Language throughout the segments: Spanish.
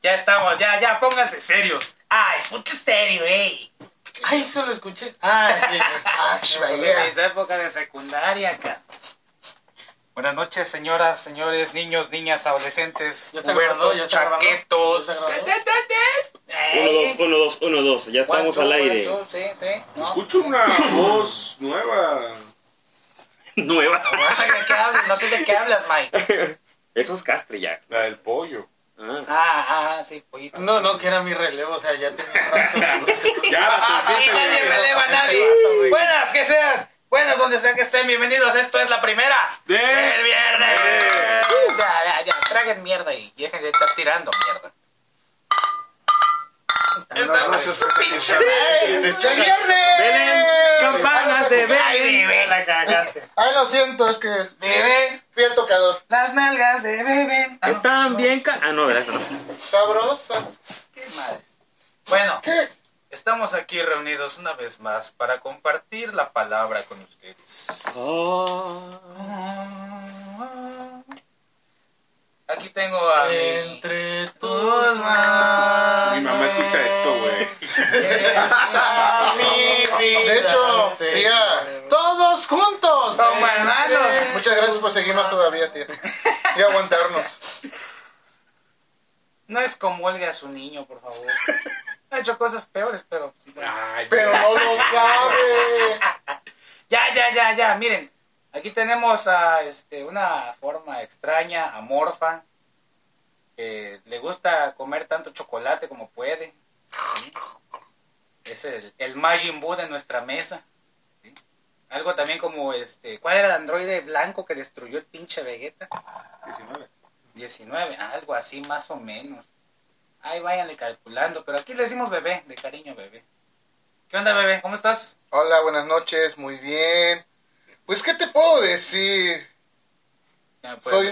Ya estamos, ya, pónganse serios. Ay, puto estéreo, Ay, eso lo escuché. Ah, sí. En esa época de secundaria, acá. Buenas noches, señoras, señores, niños, niñas, adolescentes, pubertos, chaquetos. 1, 2, ya estamos al aire. Sí. ¿no? Escucho una voz nueva. Nueva. ¿De qué hablas? No sé de qué hablas, Mike. Eso es castre ya. La del pollo. Sí, pollito. No, que era mi relevo, o sea, ya tenía rato. Aquí nadie releva a nadie. Buenas, que sean. Buenas, donde sea que estén. Bienvenidos. Esto es la primera del viernes. Ya. Traguen mierda y dejen de estar tirando mierda. Estamos pinche viernes. Belén, campanas de Ay, Belén. bebé, la cagaste. Ay, lo siento, es que Bebé, fui el tocador. las nalgas de bebé. Están bien no, ¿verdad? No. Sabrosas. Qué madres. Bueno, ¿Qué? estamos aquí reunidos una vez más para compartir la palabra con ustedes. Aquí tengo a Entre tus manos. Mi mamá escucha esto, güey. De hecho, tía, Todos juntos. Como hermanos. muchas gracias por seguirnos todavía, tía. Y aguantarnos. No es como Olga a su niño, por favor. Ha hecho cosas peores, pero... Ay, Pero no lo sabe. Ya. Miren, aquí tenemos a una forma extraña, amorfa, que le gusta comer tanto chocolate como puede. ¿Sí? Es el Majin Buu de nuestra mesa. ¿Sí? Algo también como ¿cuál era el androide blanco que destruyó el pinche Vegeta? 19, algo así más o menos. Ahí váyanle calculando, pero aquí le decimos bebé, de cariño bebé. ¿Qué onda, bebé? ¿Cómo estás? Hola, buenas noches, muy bien. Pues, ¿qué te puedo decir? Soy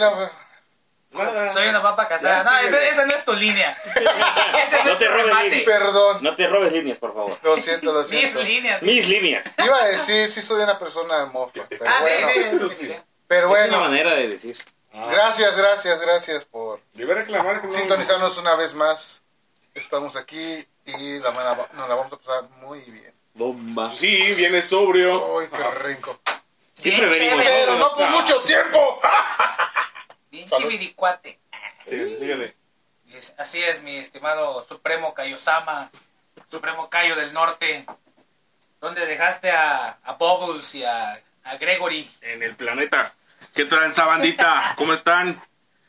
una papa casada. No, esa no es tu línea. Ese No te robes remate. líneas. Perdón, No te robes líneas, por favor. lo siento. Mis líneas. Mis líneas. Iba a decir, sí soy una persona amorfa, pero bueno. Sí. Pero Es una bueno, manera de decir. gracias por Le iba a reclamar que no. sintonizarnos una vez más. Estamos aquí y nos la vamos a pasar muy bien. Bomba. Sí, viene sobrio. ¡Ay, qué rico! Siempre venimos. Pero no por mucho tiempo. Bien Salud. chiviricuate. Síguele. Así es, mi estimado Supremo Kaiosama, Supremo Kaio del Norte. ¿Dónde dejaste a Bubbles y a Gregory? En el planeta. ¿Qué tranza, bandita? ¿Cómo están?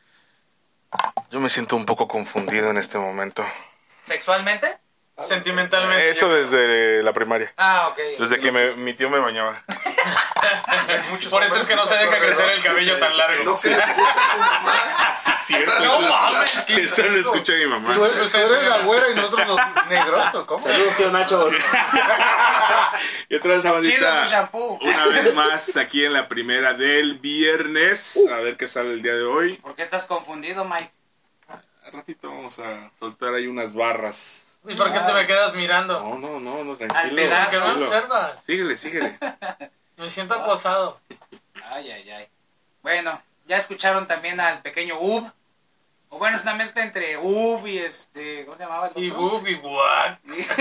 Yo me siento un poco confundido en este momento. ¿Sexualmente? Sentimentalmente. Eso desde la primaria. Ok. Desde que mi tío me bañaba. Por eso es que no se deja crecer el cabello tan largo. No crees que es tu mamá. Sí, cierto. No mames, qué Eso lo escucha mi mamá. Tú eres la güera y nosotros los negros, ¿o cómo? Saludos, tío Nacho. ¿Qué tranza, Chido bandita? su shampoo. Una vez más aquí en la primera del viernes. A ver qué sale el día de hoy. ¿Por qué estás confundido, Mike? Al ratito vamos a soltar ahí unas barras. ¿Y por qué te me quedas mirando? No, Al tranquilo. pedazo. ¿Por qué me tranquilo. observas? Síguele. Me siento acosado. Ay. Bueno, ya escucharon también al pequeño Ub. O bueno, es una mezcla entre Ub y ¿cómo se llamaba? el Y otro? bub y guac.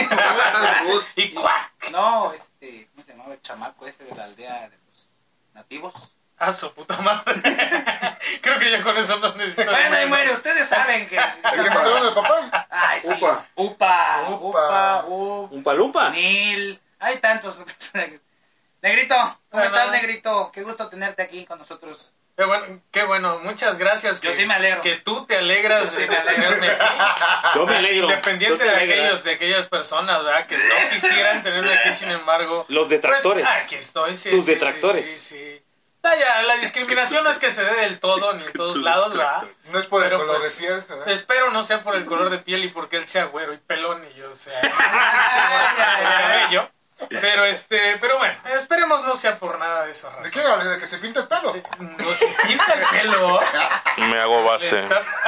Y cuac. No, ¿cómo se llamaba el chamaco ese de la aldea de los nativos? A su puta madre. Creo que ya con eso no necesito. Bueno, ahí muere, ustedes saben que... ¿El que mataron al papá? Ay, sí. Upa. Upa, Un palumpa. Nil. Hay tantos. Negrito, ¿cómo estás, Negrito? Qué gusto tenerte aquí con nosotros. Qué bueno, muchas gracias. Yo sí me alegro. Que tú te alegras Yo sí de me alegro. tenerme aquí. Yo me alegro. Independiente Tú te alegras. de aquellas personas, ¿verdad? Que no quisieran tenerme aquí, sin embargo. Los detractores. Pues, aquí estoy, sí. Tus sí, detractores. Sí. La discriminación no es que se dé del todo ni en todos lados, ¿verdad? No es por el Pero, color pues, de piel, ¿verdad? Espero no sea por el color de piel y porque él sea güero y pelón y yo sea cabello. Pero bueno, esperemos no sea por nada de eso. ¿De qué hablas? ¿De que se pinta el pelo? No se pinta el pelo. Me hago base.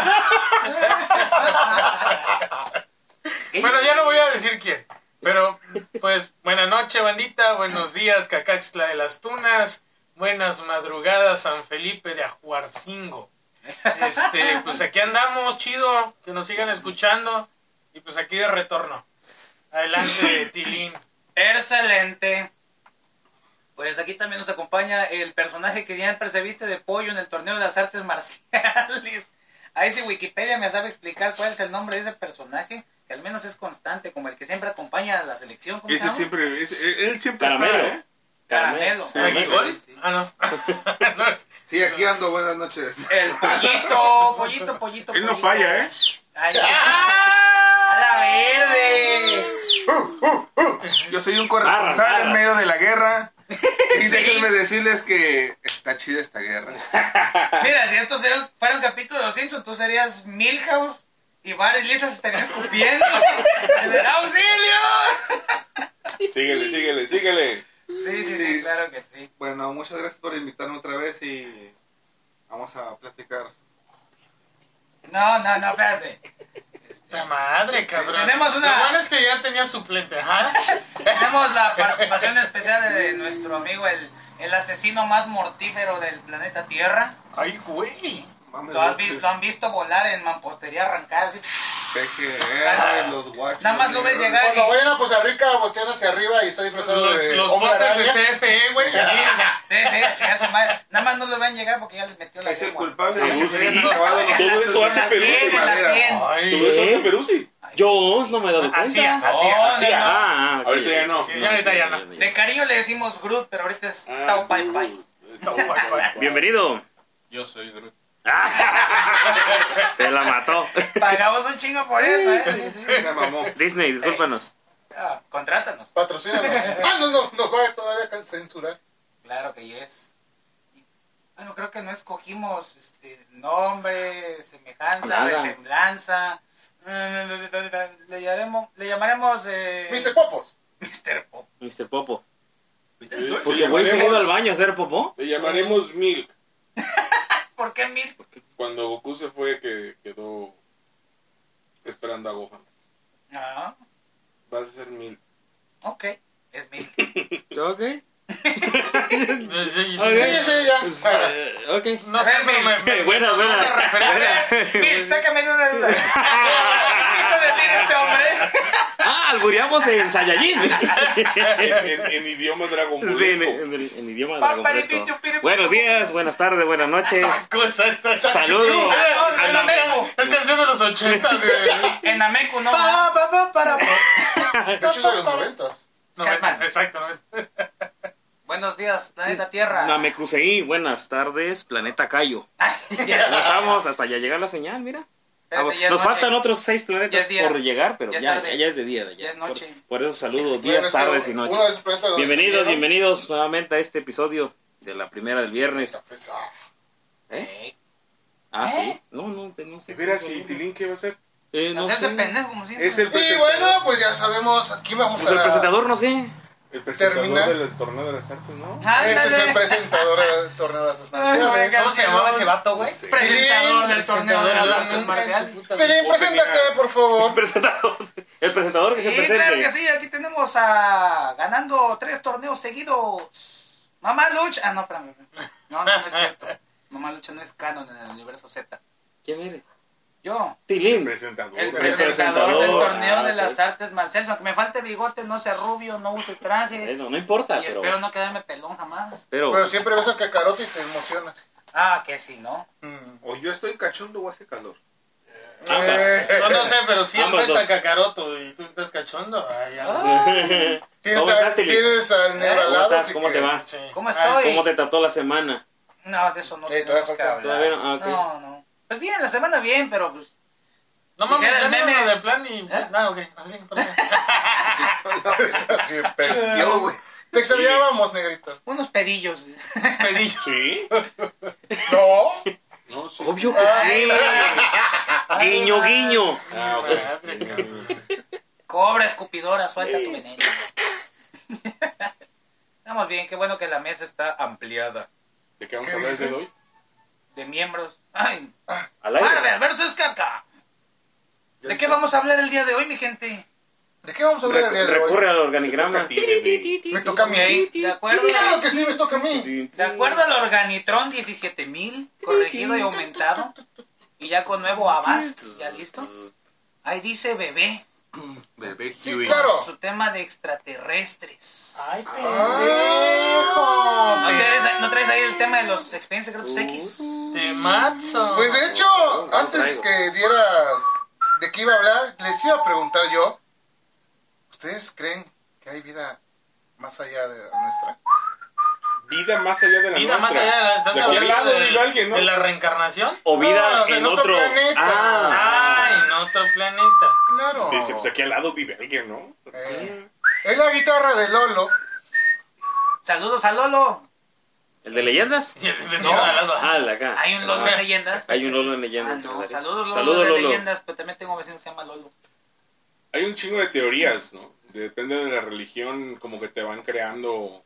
Bueno, ya no voy a decir quién. Pero, pues, buena noche, bandita. Buenos días, Cacaxtla de las Tunas. Buenas madrugadas, San Felipe de Ajuarcingo. Pues aquí andamos, chido, que nos sigan escuchando. Y pues aquí de retorno. Adelante, Tilín. Excelente. Pues aquí también nos acompaña el personaje que siempre se viste de pollo en el torneo de las artes marciales. Ahí si Wikipedia me sabe explicar cuál es el nombre de ese personaje, que al menos es constante, como el que siempre acompaña a la selección. ¿Cómo se Ese llama? siempre, él siempre Caramelo. está, ¿eh? Caramelo. Sí, ¿Mexicol? Sí. Ah, no. Sí, aquí ando, buenas noches. El pollito. Él no falla, ¿eh? Ay, ¡a la verde! Yo soy un corresponsal en medio de la guerra. Y Sí. déjenme decirles que está chida esta guerra. Mira, si estos fueran capítulos de los Simpsons, tú serías Milhouse y Bart y Lisa se estarían escupiendo. ¡Auxilio! Síguele. Sí, claro que sí. Bueno, muchas gracias por invitarme otra vez y vamos a platicar. No, espérate. ¡Esta madre, cabrón! Tenemos una- Lo bueno es que ya tenía suplente, ajá. Tenemos la participación especial de nuestro amigo, el asesino más mortífero del planeta Tierra. ¡Ay, güey! Mames, Lo han visto volar en mampostería arrancada. Así. PGR, los guachos. Nada más lo ves llegar Cuando y... vayan a Costa Rica, voltean hacia arriba y está disfrazado de Los hombre pósters de araña. CFE, güey. Así, chingar su madre. Nada más no lo ven llegar porque ya les metió la Es el lengua. culpable Ah, de que sí. se hayan acabado los- Todo eso hace En la Perú. 100, en la 100. Ay, ¿Todo eso hace Peruzzi? Yo no me he dado cuenta. Hacía. No, Ok. Ahorita ya no. Sí, ya ahorita ya no. De cariño le decimos Groot, pero ahorita es Ah, Tao Pai Pai. Bienvenido. Yo soy Groot. Te la mató. Pagamos un chingo por eso, ¿eh? Sí. Me mamó. Disney, discúlpanos. Ah, contrátanos. Patrocínanos. No va a todavía censurar. Claro que yes. Bueno, creo que no escogimos nombre, semejanza, Nada. resemblanza. Le llamaremos Mr. Popos. Mr. Pop. Mr. Popo. Le Porque voy seguido al baño a hacer popó. Le llamaremos Milk. ¿Por qué Mil? Cuando Goku se fue, que quedó esperando a Gohan. Ah, Vas a ser Milk. ok. Es Mil. Ok. Sí, ya. Pues, Bueno, ok. No sé, pero me Buena, sonó buena. de referencia. Mil, sácame de una duda. ¿Qué quiso decir este hombre? Ah, albureamos en Saiyajin. En idioma Dragon Ball. Sí, en idioma dragonfresco. Paparipichupirupiru. Buenos días, buenas tardes, buenas noches. Saludos. Saludos. En Nameku. Es canción de los 80, güey. En Nameku no. de hecho es de los 90. Scatman. Exacto. Buenos días, planeta Tierra. Namekusei, buenas tardes, planeta Cayo. Ay, Ya estamos hasta ya llegar la señal, mira. espérate, ya es Nos noche. faltan otros 6 Ya planetas es día. por llegar, pero Ya es ya, tarde. ya es de día. Ya es noche. Por eso saludo Bueno, días, es que tardes y Uno de noches. esos planetas donde Bienvenidos, se bienvenidos nuevamente a este episodio de la primera del viernes. vieron. ¿Eh? Ah, ¿Eh? sí. No sé. ¿De veras si Tilín qué va a hacer? No Hacerse sé. pendejo como siempre. Es el Y presentador. bueno, pues ya sabemos, aquí vamos Pues el a... presentador, no sé. El presentador termina. del torneo de las artes, ¿no? Ese es Ándale. el presentador del torneo de artes Ay, marciales. güey, ¿Cómo se llamaba ese vato, güey? Presentador del torneo de las Presentador, artes nunca marciales. Pelín, preséntate, por favor. El presentador que se Sí, presente. claro que sí, aquí tenemos a ganando 3 torneos seguidos. Mamá Lucha. Ah, no, espérame. No es cierto. Mamá Lucha no es canon en el universo Z. ¿Quién eres? Yo, El Tilín. presentador. el El presentador del presentador. torneo de Ah, las ok. artes marciales. Aunque me falte bigote, no sea rubio, no use traje. Bueno, no importa, Y espero pero... no quedarme pelón jamás. Pero siempre ves a Kakaroto y te emocionas. Ah, que sí, ¿no? O yo estoy cachondo o hace calor. Ambas. Yo no sé, pero siempre Ambas es a dos. Kakaroto y tú estás cachondo. Ay, ya. Tienes, ¿Cómo estás, Tilín? tienes al negro al ¿Cómo lado. estás? así ¿Cómo que- te va? Sí. ¿Cómo Ay, estoy? ¿Cómo te trató la semana? No, de eso no todavía tenemos que falta. hablar. Todavía no, ah, ok. No. Pues bien, la semana bien, pero pues... No mames, Dijera ya el no meme. de plan y... ¿Eh? Ah, ok. Así, perdón. Estás bien perdido. Yo, güey. Te extrañábamos, negrito. Unos pedillos. Pedillo. ¿Sí? No. No, sí. Obvio que sí. Guiño, guiño. Ah, ok. Madre, cabrón. Cobra, escupidora, suelta tu veneno. Estamos bien, qué bueno que la mesa está ampliada. ¿De qué vamos a ¿Qué hablar dices? de hoy? De miembros. Ay, Al aire. Marvel versus Capcom. ¿De qué vamos a hablar el día de hoy, mi gente? ¿De qué vamos a hablar el día de Recurre hoy? al organigrama. Me toca a mí. ¿De acuerdo? Claro que sí, me toca a mí. De acuerdo al Organitron 17,000, corregido y aumentado, y ya con nuevo Avast, ¿ya listo? Ahí dice bebé, Bebé Sí, Huey. claro. su tema de extraterrestres. ¡Ay, Ah. pendejo! ¿No traes ahí el tema de los expedientes secretos X? Temazo. Pues de hecho, antes que dieras de qué iba a hablar, les iba a preguntar yo. ¿Ustedes creen que hay vida más allá de la nuestra? Vida más allá de la Vida más nuestra. allá de la... ¿Estás De aquel hablando lado vive alguien, ¿no? de la reencarnación? O vida No, o sea, en otro. planeta. Ah, en otro planeta. Claro. Dice, pues aquí al lado vive alguien, ¿no? Es la guitarra de Lolo. Saludos a Lolo. ¿El de leyendas? Y el vecino de al lado. Ah, el de acá. Hay un Lolo de leyendas. Hay un Lolo en Ah, leyendas. no, ¿verdad? saludos Lolo Saludos, de Lolo. leyendas, pero también tengo un vecino que se llama Lolo. Hay un chingo de teorías, ¿no? Depende de la religión, como que te van creando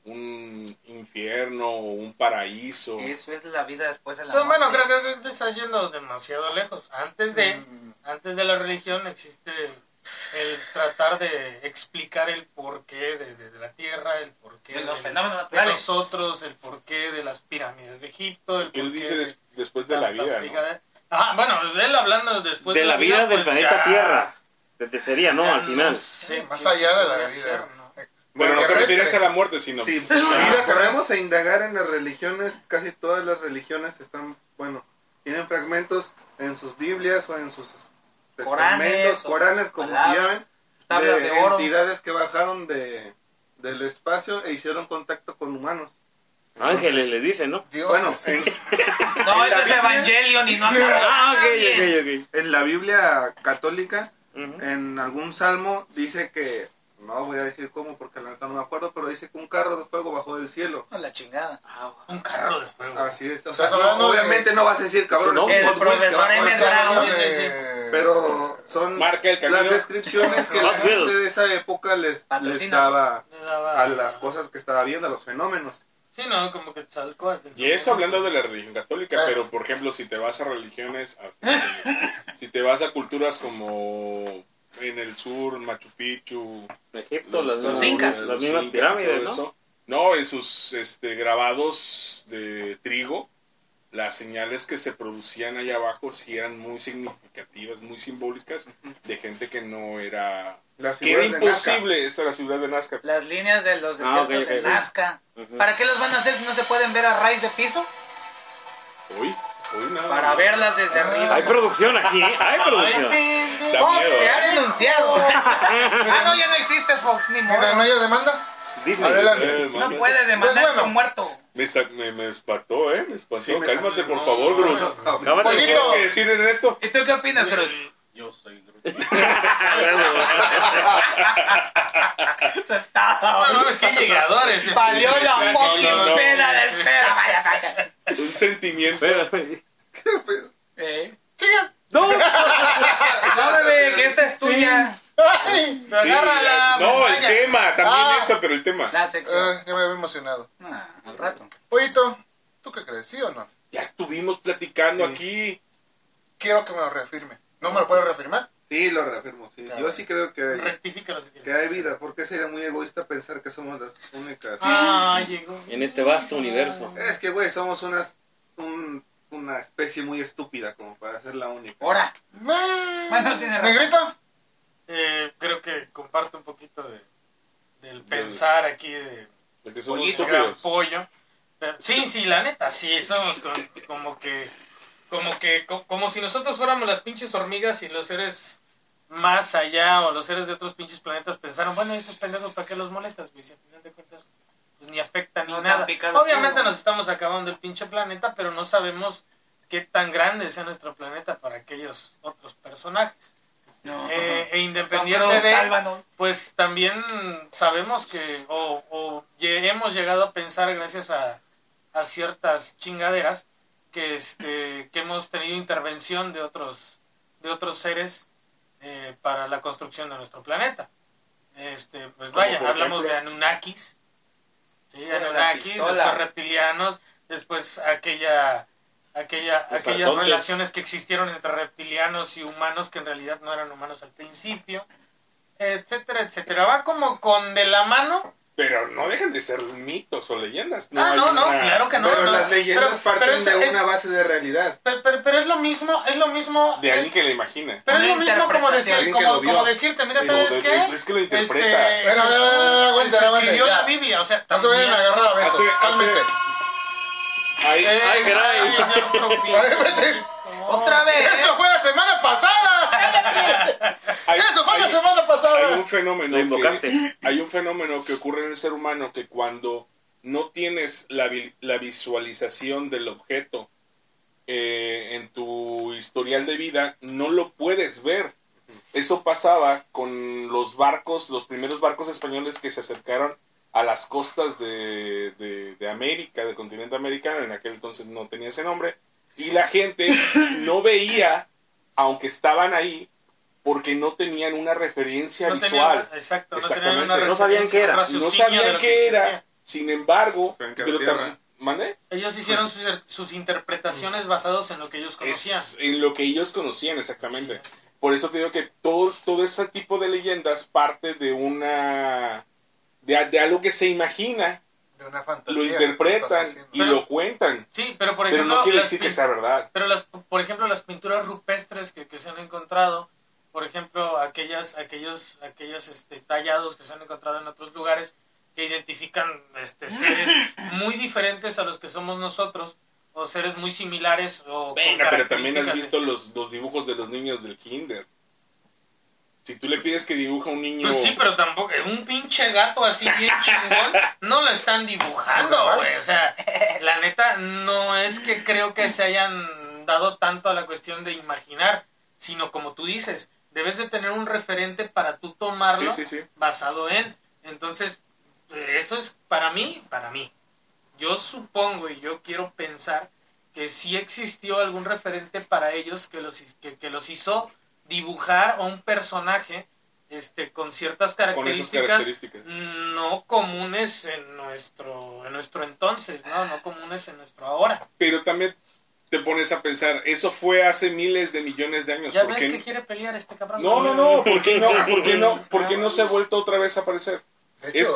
un infierno o un paraíso. Eso es la vida después de la Pero bueno, muerte. creo que te estás yendo demasiado lejos. Antes de la religión existe el tratar de explicar el porqué de la Tierra, el porqué De los de fenómenos de naturales. nosotros, el porqué de las pirámides de Egipto, el ¿Qué él porqué dice de después de la tanta vida, no? frigada. Ajá, bueno, él hablando después De la vida del pues planeta ya- Tierra. Sería, ¿no? ya Al final. sé Más qué allá de la podría vida. ser, ¿no? Bueno, no te Terrestre. refieres a la muerte, sino... Si Vida ponemos a indagar en las religiones, casi todas las religiones están, bueno, tienen fragmentos en sus Biblias o en sus Coranes, testamentos, o Coranes, sus como se palabras, llamen, tablas de oro. entidades que bajaron del espacio e hicieron contacto con humanos. Ángeles le dicen, ¿no? Dios. Bueno, en, No, en eso la es Biblia- Evangelion y no acaba. Ah, ok, bien. ok, en la Biblia católica, ok. Ujú. en algún salmo, dice que, no voy a decir cómo porque la neta no me acuerdo, pero dice que un carro de fuego bajó del cielo. No, la chingada. Un carro de fuego. Así es. O sea, Estás hablando obviamente no vas a decir, cabrón, Sí, no. es un El Hot Wheels que profesor bajó del M. cielo. Brown. Sí, sí, sí. Pero son Marca el camino. las descripciones que la Hot Wheels. gente de esa época les Patrocínanos. daba Le daba- a las cosas que estaba viendo, a los fenómenos. Sí, no, como que Tzalcóatl. Y eso hablando de la religión católica, Claro. pero por ejemplo, si te vas a religiones, si te vas a culturas como en el sur, Machu Picchu, Egipto, los incas. las mismas pirámides, y todo ¿no? eso, no, en sus grabados de trigo, las señales que se producían allá abajo sí eran muy significativas, muy simbólicas, de gente que no era... Las Que era figuras de Nazca. imposible, esta la ciudad de Nazca. Las líneas de los Ah, desiertos ok, de ok. Nazca. Ujú. ¿Para qué las van a hacer si no se pueden ver a raíz de piso? Hoy nada. Para verlas desde arriba. Hay producción aquí, hay producción. Da Fox miedo, te ¿eh? ha denunciado. no, ya no existes, Fox, ni Mientras no modo. haya demandas, Disney. adelante. No puede demandar Pues bueno. tu muerto. Me espantó, me espantó. Sí, me Cálmate, salió. por favor, Gru. Acábate ¿Qué de- tienes que decir en esto? ¿Y tú qué opinas, Groot? Yo soy Groot. Eso está. No, no, es que hay llegadores. Valió la Sí, fucking no, no. pena de espera, vaya. Un sentimiento. Espérame. sigan. ¡No! No, bebé, que esta es tuya. Ay. Sí, Agárrala, no, el vaya. tema, también Ah. esto, pero el tema. La sección. Ya me había emocionado. Al rato. Pollito, ¿tú qué crees? ¿Sí o no? Ya estuvimos platicando Sí. aquí. Quiero que me lo reafirme. ¿No me lo puedes reafirmar? Sí, lo reafirmo. Sí. Yo sí creo Rectifícalo si quieres. que hay vida, porque sería muy egoísta pensar que somos las únicas. Ah, llegó. En este vasto universo. Es que, güey, somos una especie muy estúpida como para ser la única. Ahora. Bueno, tiene razón. ¿Negrito? Creo que comparto un poquito del pensar aquí de De que somos Pollito. gran estúpidos. pollo. Pero, sí, la neta, sí, somos como si nosotros fuéramos las pinches hormigas y los seres más allá o los seres de otros pinches planetas pensaron, bueno, estos pendejos, ¿para qué los molestas? Pues si al final de cuentas pues, ni afecta ni No te han nada. picado Obviamente todo. nos estamos acabando el pinche planeta, pero no sabemos qué tan grande sea nuestro planeta para aquellos otros personajes. No. E independiente Cabrón, de, sálvanos. pues también sabemos que, hemos llegado a pensar gracias a ciertas chingaderas, que hemos tenido intervención de otros seres para la construcción de nuestro planeta. Pues vaya, por hablamos ejemplo? de Anunnakis, ¿sí? Bueno, la Anunnakis, pistola. después reptilianos, después aquellas arcontes. relaciones que existieron entre reptilianos y humanos que en realidad no eran humanos al principio. etcétera, etcétera. Va como con de la mano. Pero no dejan de ser mitos o leyendas. No, hay claro que no. Pero no. las leyendas parten de una base de realidad. Pero es lo mismo. De alguien que la imagina. Pero es Una lo mismo como interpretación. decirte, mira, Pero ¿sabes qué? es que lo interpreta. Aguanta, escribió ya. la Biblia, o sea, No se vayan a agarrar a besos. Cálmense. Ay, caray. Otra vez. ¡Eso fue la semana pasada! ¡Eso fue la semana Hay pasada! un fenómeno Lo invocaste. hay un fenómeno que ocurre en el ser humano que cuando no tienes la visualización del objeto en tu historial de vida, no lo puedes ver. Eso pasaba con los primeros barcos españoles que se acercaron a las costas de América, del continente americano. En aquel entonces no tenía ese nombre, y la gente no veía, aunque estaban ahí, porque no tenían una referencia visual. Exactamente. No sabían qué era. No sabían qué era. Sin embargo, Saben que era tierra. ¿mande? Ellos hicieron sus interpretaciones basados en lo que ellos conocían. En lo que ellos conocían, exactamente. Por eso te digo que todo ese tipo de leyendas parte de de algo que se imagina, De una fantasía. lo interpretan y Pero- lo cuentan. Sí, pero por Pero ejemplo, no quiere decir que sea verdad. pero por ejemplo, las pinturas rupestres que se han encontrado, por ejemplo, aquellos tallados que se han encontrado en otros lugares que identifican seres muy diferentes a los que somos nosotros, o seres muy similares o con Venga, pero también has características visto los dibujos de los niños del kinder. Si tú le pides que dibuja un niño... Pues sí, pero tampoco, un pinche gato así bien chingón, no lo están dibujando, güey. O sea, la neta, no es que creo que se hayan dado tanto a la cuestión de imaginar, sino como tú dices, debes de tener un referente para tú tomarlo Sí. basado en. Entonces, eso es para mí. Yo supongo y yo quiero pensar que sí existió algún referente para ellos que los hizo dibujar a un personaje con ciertas Con esas características. no comunes en nuestro entonces, no comunes en nuestro ahora. Pero también te pones a pensar, eso fue hace miles de millones de años. Ya ¿Por ves qué que quiere pelear este cabrón. No, ¿por qué no se ha vuelto otra vez a aparecer? De hecho,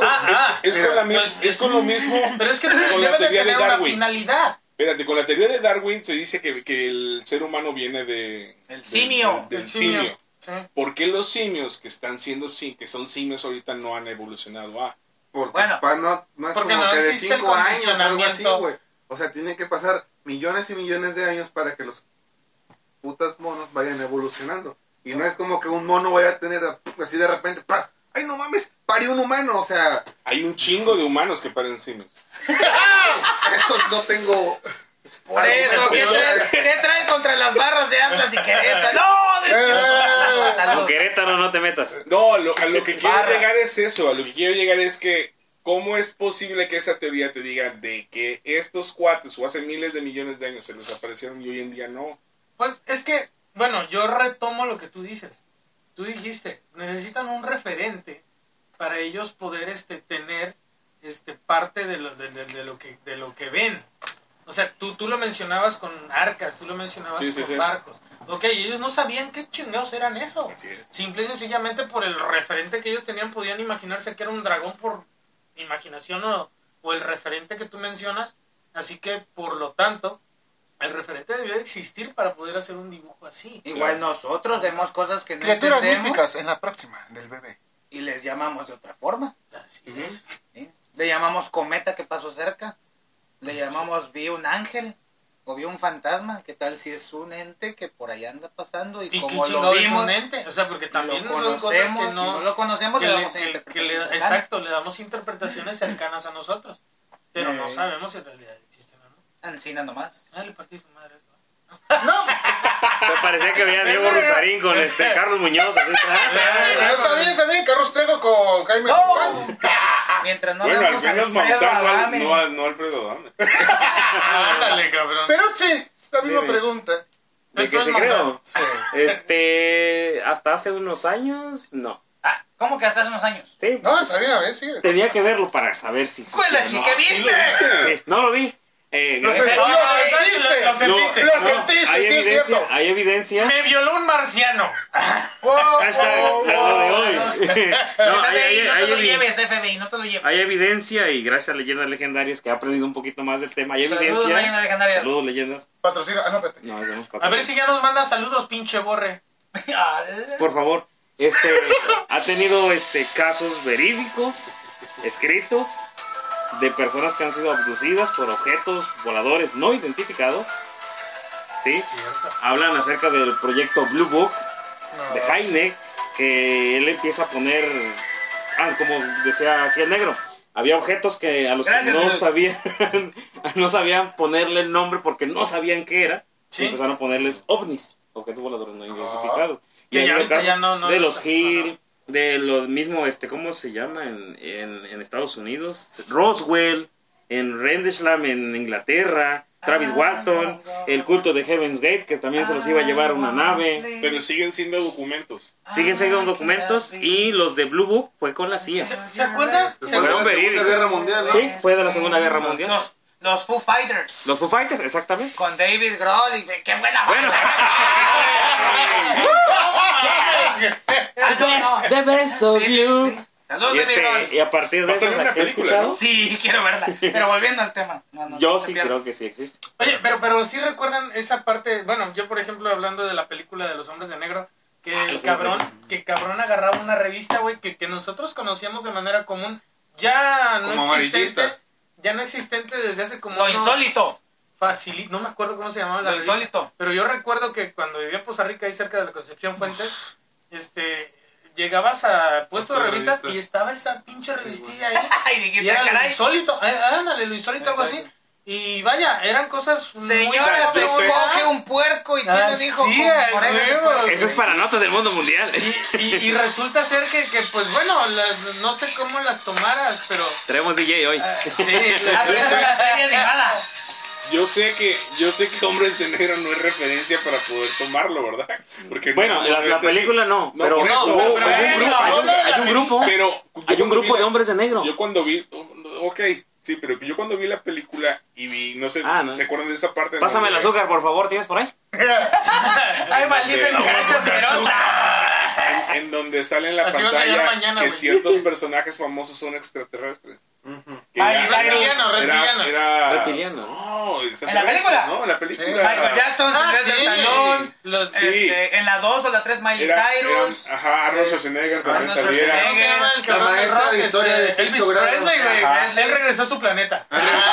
Es con lo mismo. Pero es que Con la debe de teoría de tener una Darwin. finalidad. Espérate, con la teoría de Darwin se dice que el ser humano viene El simio. del simio. Sí. ¿Por qué los simios que que son simios ahorita no han evolucionado a? Porque Bueno, no es porque como no que de existe el 5 años, algo así, condicionamiento. güey. O sea, tiene que pasar millones y millones de años para que los putas monos vayan evolucionando. Y no es como que un mono vaya a tener así de repente, ¡pras! ¡Ay, no mames! ¡Parió un humano! O sea, Hay un chingo de humanos que paren simios. estos no tengo... Por eso, ¿qué traen contra las barras de Atlas y Querétaro? ¡No! Con Salud. Querétaro no te metas. No, a lo que quiero Barras. llegar es eso. A lo que quiero llegar es que ¿cómo es posible que esa teoría te diga de que estos cuates o hace miles de millones de años se les aparecieron y hoy en día no? Pues es que, bueno, yo retomo lo que tú dices. Tú dijiste, necesitan un referente para ellos poder tener parte de lo que ven. O sea, tú lo mencionabas con arcas, tú lo mencionabas Sí, con sí. barcos. Ok, ellos no sabían qué chingados eran eso. Así es. Simple y sencillamente por el referente que ellos tenían, podían imaginarse que era un dragón por imaginación o el referente que tú mencionas. Así que, por lo tanto, el referente debió de existir para poder hacer un dibujo así. Igual nosotros vemos cosas que no criaturas entendemos místicas en la próxima del bebé. y les llamamos de otra forma. Así Ujú. es. ¿Sí? Le llamamos cometa que pasó cerca. Le llamamos vi un ángel o vi un fantasma. ¿Qué tal si es un ente que por ahí anda pasando? Y ¿Y qué como lo chingado es vimos, un ente? O sea, porque y también lo son cosas conocemos, que y no lo conocemos, que le le- damos a que interpretación le- cercana. exacto, le damos interpretaciones cercanas a nosotros. Pero no Eh. sabemos si en realidad existen o no. Ancina nomás. Ah, le partí su madre esto. Me parecía que veía a Diego Rosarín con Carlos Muñoz. Así, Pero está bien, Carlos Trejo con Jaime Maussan. Mientras no Bueno, al veamos menos Alfredo Maussan, Adame. no Alfredo Adame. Ándale, cabrón. Pero sí, la misma Dime. pregunta. ¿De qué se Entonces, creo? Hasta hace unos años, no. Ah, ¿cómo que hasta hace unos años? Sí, No, está bien, a ver, sigue. tenía que verlo para saber si ¡Escuela, existía o chica, no. viste! Sí, no lo vi. Lo sentiste. Lo sentiste. Lo sentiste, hay sí, es evidencia, cierto. hay evidencia. Me violó un marciano. Hashtag lo de hoy. No, FBI, no te lo evi- lleves, FBI, no te lo lleves. hay evidencia y gracias a Leyendas Legendarias que ha aprendido un poquito más del tema. Hay Saludos, evidencia. leyendas legendarias. Saludos, leyendas. Patrocina. Ah, no, espérate. No, hacemos A ver si ya nos manda saludos, pinche borre. por favor, ha tenido casos verídicos, escritos, de personas que han sido abducidas por objetos voladores no identificados. ¿Sí? Cierto. Hablan acerca del proyecto Blue Book de Heineck, que él empieza a poner, como decía aquí el negro, había objetos que a los Gracias, que no Luis. sabían, no sabían ponerle el nombre porque no sabían qué era, Sí. y empezaron a ponerles ovnis, objetos voladores no identificados. Que Y ya ha habido ahorita casos ya no- de los no, Hill, de lo mismo, ¿cómo se llama en Estados Unidos? Roswell, en Rendlesham en Inglaterra, Travis Walton, el culto de Heaven's Gate, que también se los iba a llevar una nave. Pero siguen siendo documentos. Siguen siendo documentos y los de Blue Book fue con la CIA. ¿Se acuerdan? Después de la Fueron Segunda verídicos. Guerra Mundial, ¿no? Sí, fue de la Segunda Guerra Mundial. Los Foo Fighters. Los Foo Fighters, exactamente. Con David Grohl y qué buena Bueno. The best of you. Saludos, Y, David Grohl. y a partir de Va a eso, salir una ¿qué he película, escuchado? ¿no? Sí, quiero verla. Pero volviendo al tema. No, Yo no sí te pierdas. creo que sí existe. Oye, pero sí recuerdan esa parte, bueno, yo por ejemplo hablando de la película de los hombres de negro, que el los cabrón, hombres de que cabrón agarraba una revista, güey, que nosotros conocíamos de manera común, ya no Como existente, amarillistas. ya no existente desde hace como Lo unos insólito. no me acuerdo cómo se llamaba la Lo revista, insólito. pero yo recuerdo que cuando vivía en Poza Rica, ahí cerca de la Concepción Fuentes, llegabas a puesto de revistas y estaba esa pinche revistilla ahí. Ay, Y dijiste, era lo caray. insólito, ándale, lo insólito, algo así. Y vaya, eran cosas Señora, se yo sé. coge un puerco y tiene un hijo. Así, con a orejas de huevo. puerco. Eso es para notas del mundo mundial. Y resulta ser que pues bueno, no sé cómo las tomaras, pero Tenemos DJ hoy. sí, Ah, pero es una serie animada. Yo sé que Hombres de Negro no es referencia para poder tomarlo, ¿verdad? Porque Bueno, no, la película no, pero por eso, hubo- pero hay un grupo, Pero hay un grupo de hombres de negro. Yo cuando vi, ok, sí, pero yo cuando vi la película y vi, no sé, Ah, no. ¿se acuerdan de esa parte? Pásame el donde- azúcar, por favor, ¿tienes por ahí? Ay, maldita muchacha asquerosa. En donde sale en la Así va a ser pantalla mañana, que güey. ciertos personajes famosos son extraterrestres. Ujú. Que Ay, ya- reptiliano. Era Reptiliano. No, ¿En la película? No, en la película. Michael Jackson, Sylvester Stallone. Sí. En la 2 o la 3, Miley Era, Cyrus. ajá, Arnold Schwarzenegger también Arnold salía. ¿Cómo se llama el cabrón maestra rock? de historia de Elvis sexto grado. Presley, güey. Ajá. Él regresó a su planeta.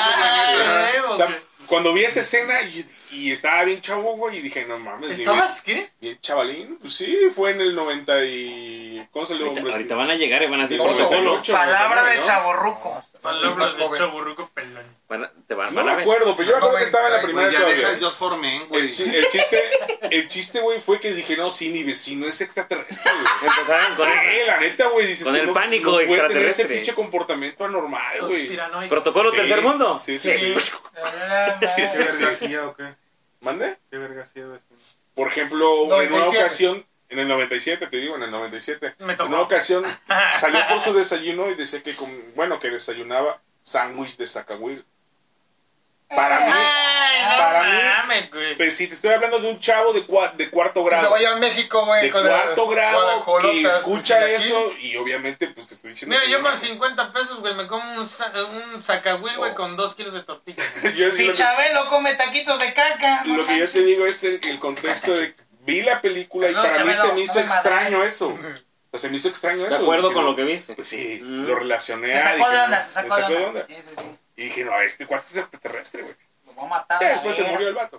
O sea, cuando vi esa escena y estaba bien chavo, güey, y dije, no mames. ¿Estabas qué? Bien chavalín. Pues sí, fue en el 90 y... ¿Cómo se le Ahorita van a llegar y van a decir Sí, protocolo. 98, Palabra 99, de ¿no? chavorruco. Palabras Más de joven. chaburruco pelón. No me acuerdo, pero yo me acuerdo que estaba en la primera Güey, ya deja todavía. el Just for Men, güey. El chiste, güey, fue que dije, no, sí, mi vecino es extraterrestre, güey. Empezaron con Sí, el la neta, güey, dices con que el no- pánico no puede tener extraterrestre. ese pinche comportamiento anormal, güey. Conspiranoico. protocolo Sí, tercer mundo. Sí, sí, sí. ¿Qué sí, verga sí. hacía o qué? ¿Mande? ¿Qué verga hacía, vecino? Por ejemplo, en una 97. ocasión, en el 97, te digo, en el 97, Me en tocó. una ocasión salió por su desayuno y decía que, que desayunaba sándwich de Zacahuil. Para mí, Ay, no para mí, mames, güey. pero si te estoy hablando de un chavo de cuarto Que se grado, vaya a México, güey. de con las cuarto grado, que guajolotas, escucha chilaquil. eso y obviamente, pues te estoy diciendo. Mira, que yo no. con 50 pesos, güey, me como un sacahuil, güey, con 2 kilos de tortilla. Yo Si lo que- Chabelo come taquitos de caca. no Lo que yo manches. te digo es el contexto de vi la película y Saludos, para mí Chabelo, se me hizo no me extraño madres. eso. O sea, se me hizo extraño De eso. acuerdo Dije, con no, lo que viste. Pues sí, Mm. lo relacioné. Te sacó dije, de no, onda, te me sacó de onda. Sí, sí, sí. Y dije, no, este cuarto es extraterrestre, güey. Lo voy a matar. Ya a la después se verga. murió el vato.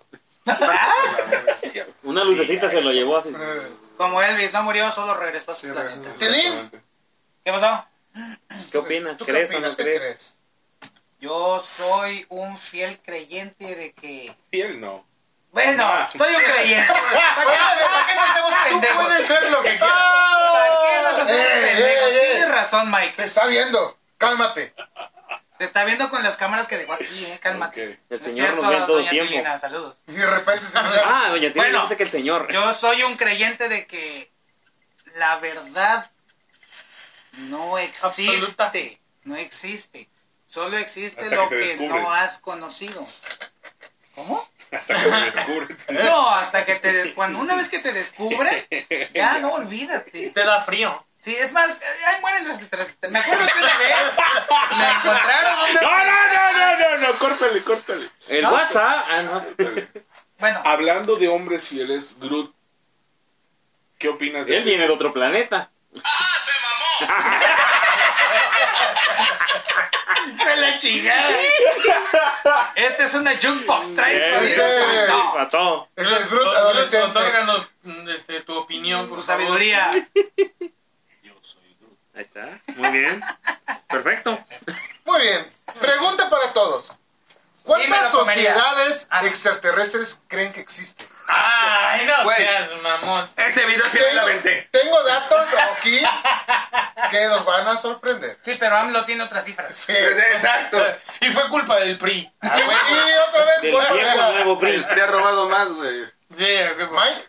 Una lucecita se lo llevó así. Como Elvis no murió, solo regresó a su planeta. Tilín, Exactamente. ¿Qué pasó? ¿Qué opinas? ¿tú qué ¿Crees o opinas? no ¿Qué crees? crees? Yo soy un fiel creyente de que... Fiel no. Bueno, soy un creyente. ¿Para qué nos hacemos Tú pendejos? puedes ser lo que quieras. ¿Para qué nos hacemos pendejos? ey. Tienes razón, Te Mike. está viendo. Cálmate. Te está viendo con las cámaras que dejó aquí, cálmate. Ok. El Es señor cierto, nos ve en todo doña tiempo. Tulina, saludos. Y de repente se escucha. Ah, doña Tina Bueno, dice que el señor. Yo soy un creyente de que la verdad no existe. Absoluta. No existe. Solo existe Hasta lo que te que descubren. no has conocido. ¿Cómo? Hasta que lo descubren. No, hasta que cuando una vez que te descubre, ya no olvídate. Te da frío. Sí, es más, ahí mueren los extraterrestres. Me acuerdo que una vez me encontraron una... No, córtale. El ¿No? WhatsApp. No. Bueno, Hablando de hombres fieles, Groot, ¿qué opinas de Él viene de otro planeta. fue la chingada. Esta es una jukebox. Trae sí, sonido. sí. No. Para todo. Es el Groot adolescente. Otórganos tu opinión, por Tu favor. sabiduría. Ahí está. Muy bien. Perfecto. Muy bien. Pregunta para todos. Sí, me ¿Cuántas lo comería. sociedades Ah, no. extraterrestres creen que existen? Ay, no Güey. seas mamón. Ese video sí me lo aventé. Tengo datos aquí que nos van a sorprender. Sí, pero AMLO tiene otras cifras. Sí. Exacto. Y fue culpa del PRI. Y otra vez, Del por viejo nuevo PRI. Habría robado más, güey. Sí, Mike,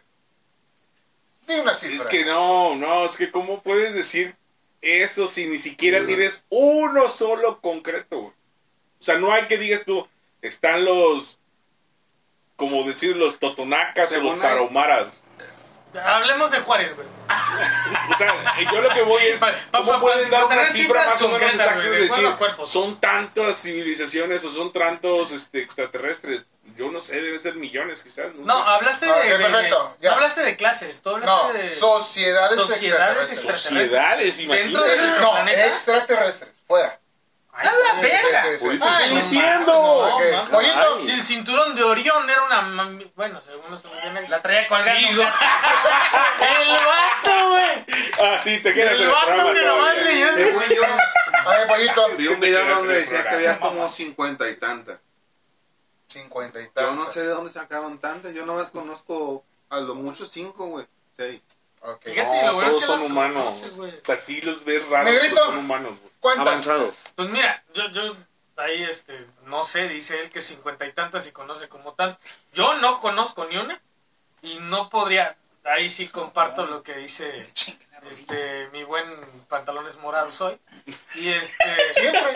di una cifra. Es que no, es que ¿cómo puedes decir eso si ni siquiera tienes uno solo concreto, güey? O sea, no hay que digas tú, están los, como decir, los totonacas o Según los hay- tarahumaras. hablemos de Juárez, güey. O sea, yo lo que voy es, ¿cómo pueden dar una tener cifra cifras más o menos concretas, exacta güey, de de decir, cuerpo a cuerpo? son tantas civilizaciones o son tantos extraterrestres? Yo no sé, deben ser millones quizás. No, sé. hablaste Ok, de perfecto, ya. no hablaste de clases, tú No, hablaste de sociedades sociedades extraterrestres. Sociedades, Dentro imagínate. de nuestro No, planeta. extraterrestres. Fuera. Ay, ¡A la güey. verga! Sí, sí, sí, Por sí, eso sí. Ay, estoy no diciendo. mames, Ok, no, mames. Pollito. Si el cinturón de Orión era una bueno, según nuestro La traía colgando. Sí, güey. El vato, güey. Ah, sí, te quedas en El el vato programa que nomás todavía. leía así. Según yo, A ver, Pollito. vi que un te video quedas en donde el decía que programa. había como 50 y tantas. 50 y Yo tantas. no sé de dónde sacaron tantas. Yo nomás conozco a lo mucho 5, güey. 6. Ok. Fíjate, No, lo bueno es todos que son las humanos. conoces, güey. O sea, sí los ves raros, Negrito. pero son humanos, güey. ¿Cuántas? Avanzados. Pues mira, yo ahí no sé, dice él que 50 y tantas y conoce como tal. Yo no conozco ni una y no podría, ahí sí comparto lo que dice mi buen pantalones morados hoy. Y Siempre.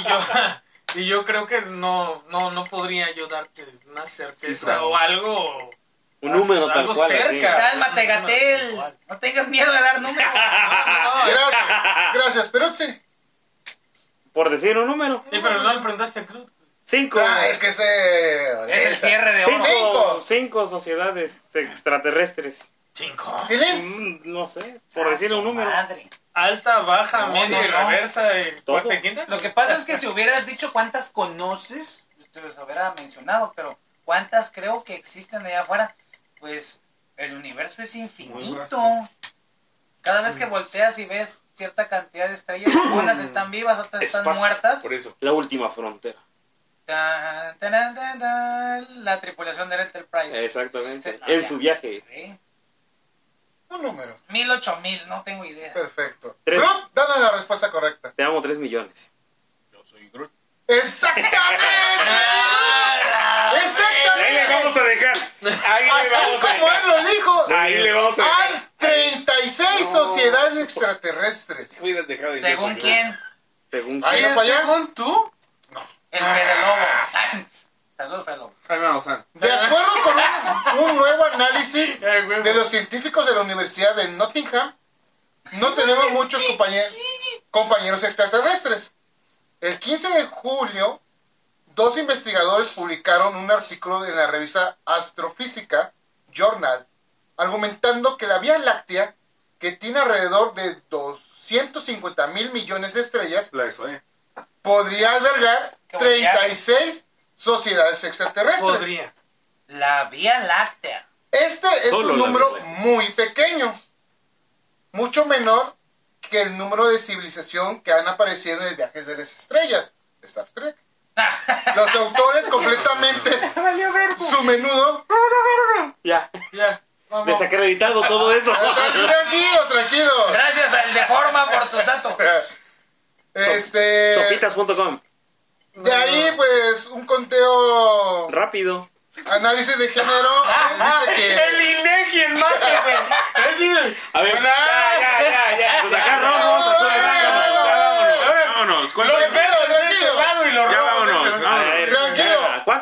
y yo creo que no podría yo darte una certeza Cifra. o algo. Un número tal algo cual. así. cerca. Cálmate, Gatel. No tengas miedo de dar números. Gracias. Gracias, Peruzzi. Por decir un número. Sí, pero no le preguntaste a Cruz. 5. Ah, es que Es el cierre de oro. Cinco. Sociedades extraterrestres. 5. ¿Tienen? No sé, por decir un número. Madre. Alta, baja, No, media y no, no. reversa, Todo. cuarta y quinta. Lo que pasa es que si hubieras dicho cuántas conoces, te los hubiera mencionado, pero cuántas creo que existen allá afuera, pues el universo es Muy infinito. vasto. Cada vez que volteas y ves cierta cantidad de estrellas, unas están vivas, otras están Espacio. muertas. Por eso. La última frontera. Tan, tan, tan, tan, la tripulación del Enterprise. Exactamente. Ah, En ya. su viaje. Sí. Un número. 1000, 8000, no tengo idea. Perfecto. Tres. Groot, danos la respuesta correcta. Te amo 3 millones. Yo soy Groot. ¡Exactamente! Ah, Ahí le vamos ¡Exactamente! a dejar. Ahí le Así vamos a como él dejar. lo dijo, Ahí le vamos a dejar. hay 36 No. sociedades extraterrestres. Hubieras dejado de ¿Según yo soy quién? Según Ahí ¿Quién va para allá. según tú? El Fede Lobo. Saludos, Fede Lobo. Jaime Maussan. De acuerdo con un nuevo análisis Ay, güey. de los científicos de la Universidad de Nottingham, no tenemos muchos compañeros extraterrestres. El 15 de julio, 2 investigadores publicaron un artículo en la revista Astrofísica Journal, argumentando que la Vía Láctea, que tiene alrededor de 250,000 millones de estrellas, La EXO, podría albergar Qué buen viaje. 36 sociedades extraterrestres. Podría. La Vía Láctea. Este es Solo un la número Vía Láctea. muy pequeño, mucho menor que el número de civilización que han aparecido en el Viajes de las Estrellas de Star Trek. Los autores completamente su menudo. Ya. Ya. Vamos. Desacreditado todo eso. Tranquilos, tranquilos. Gracias al Deforma por tus datos. Sopitas.com. De ahí, pues, un conteo, Rápido. análisis de género, dice que... El INEGI en mate, güey. Así de- A ver. Bueno, ya. Pues acá rojos, azules, blancos. Ya vámonos. Vámonos. ¿Cuál Los fue? verdes tranquilo. de este lado y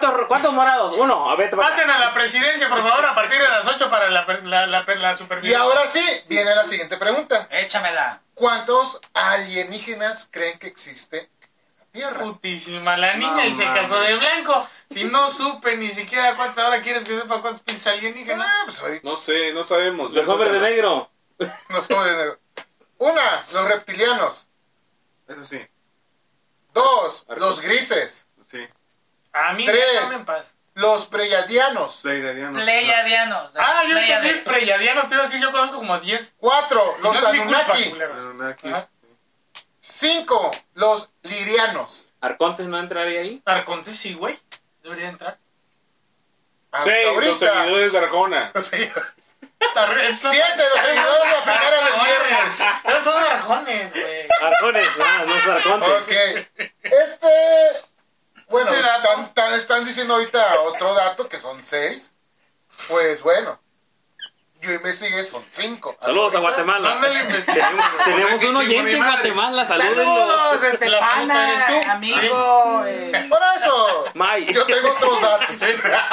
¿Cuántos morados? Uno, a ver, te Pasen a la presidencia, por favor, a partir de las 8 para la Y supervisión. ahora sí, viene la siguiente pregunta. Échamela. ¿Cuántos alienígenas creen que existe en la Tierra? Putísima la niña No y se mames. casó de blanco. Si no supe ni siquiera cuántas, ahora quieres que sepa cuántos pinches alienígenas. Pues ahorita No sé, no sabemos. Los hombres de negro. nos somos de negro. Una, los reptilianos. Eso sí, Dos, los grises. sí. A mí Tres. déjame en paz. Los pleiadianos. Pleiadianos. Pleiadianos. Ah, yo entendí Pleiades. Pleiadianos, te iba a decir, yo conozco como 10. Cuatro, Y los no es mi culpa, Anunnaki. culero. Anunnakis. Ajá. Cinco, los lirianos. ¿Arcontes no entraría ahí? Arconte sí, güey. Debería entrar. Hasta Sí, los ahorita. seguidores de Arjona. Los seguidores. Siete, los seguidores de la primera del viernes. Pero son arjones, güey. Arcones, no es Arcontes. Ok. Bueno, Ese dato. están diciendo ahorita otro dato que son 6. Pues bueno, yo investigué, son 5. Saludos a ¿Dónde Guatemala. le investigué? Tenemos un oyente en Guatemala, saludos. Saludos, La puta eres tú. amigo. Por eso, May. yo tengo otros datos.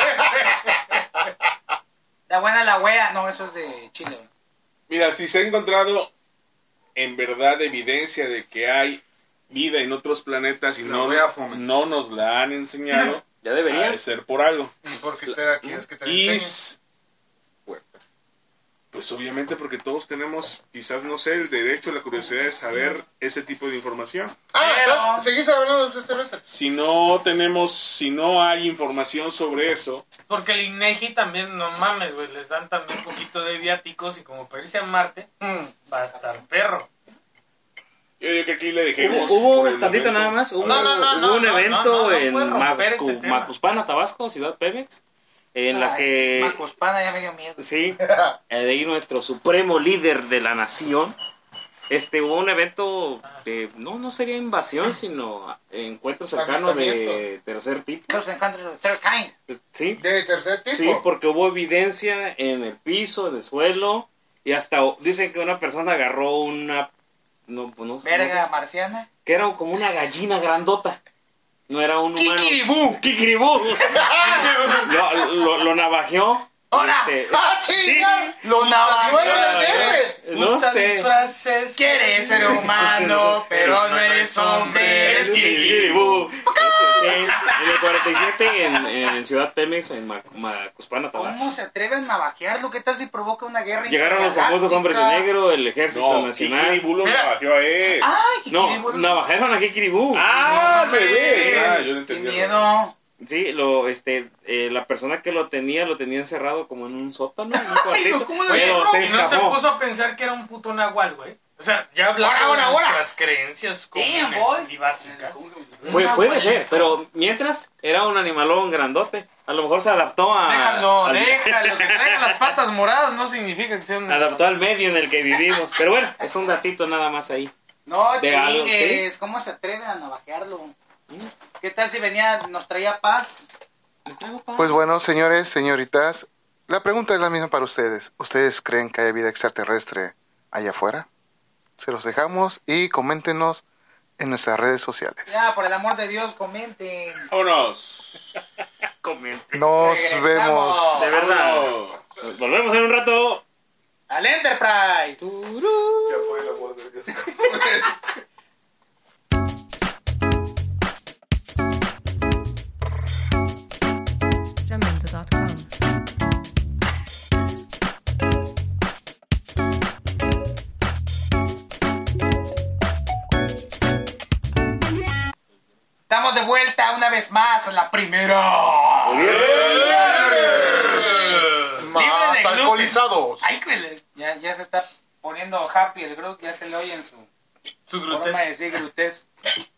La buena la wea. No, eso es de Chile. güey. Mira, si se ha encontrado en verdad evidencia de que hay vida en otros planetas y La no, wea fome. no nos la han enseñado, Ya ha debería. de ser por algo. ¿Por qué quieres que te Y enseñe? pues obviamente porque todos tenemos, quizás no sé, el derecho, la curiosidad de saber ese tipo de información. Pero- ¿seguís hablando de los extraterrestres? Si no hay información sobre eso, Porque el INEGI también, no mames, güey, les dan también un poquito de viáticos y como para irse a Marte, va a estar perro. yo digo que aquí le dejemos. Hubo por el tantito momento. nada más, hubo No, un evento no en puede romper este tema. Macuspana, Tabasco, Ciudad Pemex, en la Ay, que, Macuspana ya me dio miedo. sí, de ahí nuestro supremo líder de la nación, hubo un evento de, no sería invasión, sino encuentro cercano de Avistamiento. tercer tipo, Close Encounters of the Third Kind. sí, ¿De tercer tipo? sí, porque hubo evidencia en el piso, en el suelo, y hasta dicen que una persona agarró una, no sé, Verga marciana. que era como una gallina grandota. No era un humano. ¡Kikiribú! ¡Kikiribú! lo navajeó. ¡Hola! ¡Ah, chinga! Lo ¡No era del DF! No Usa sé. disfraces. Quieres ser humano, pero no eres hombre. Es Eres Kikiribú. Sí, en el 47 en Ciudad Pemex, en Macuspana, Tabasco. ¿Cómo se atreven a navajearlo? ¿Qué tal si provoca una guerra Llegaron los famosos hombres de negro, el ejército No, nacional. Kikiribú lo Mira. navajeó a él. ¡Ay! No, Kikiribú. navajaron a Kikiribú. Ah, al revés. mames. Ah, yo no ¡Qué entendí. miedo! Sí, la persona que lo tenía encerrado como en un sótano, en un cuartito, ¿cómo lo pero hizo? se Y no se escapó. puso a pensar que era un puto nahual, güey. O sea, ya hablamos Ahora, de ahora. nuestras creencias Damn, comunes boy. y básicas. Puede ser, pero mientras era un animalón grandote. A lo mejor se adaptó a... Déjalo, al- déjalo. Que traiga las patas moradas no significa que sea un... Adaptó al medio en el que vivimos. Pero bueno, es un datito nada más ahí. No De algo, chingues, ¿cómo se atreven a navajearlo? ¿Qué tal si venía, nos traía paz? Pues bueno, señores, señoritas, la pregunta es la misma para ustedes. ¿Ustedes creen que hay vida extraterrestre allá afuera? Se los dejamos y coméntenos en nuestras redes sociales. Ya, por el amor de Dios, comenten. Vámonos. Nos Regresamos. vemos. De verdad. Vámonos. Nos volvemos en un rato. ¡Al Enterprise! Ya fue el amor de Dios. Jamendo.com. Estamos de vuelta una vez más a la primera. Más Libre de gluten. alcoholizados. Ay, güey, ya se está poniendo happy el Groot, ya se le oye en su Su forma de grotesco. decir grutez.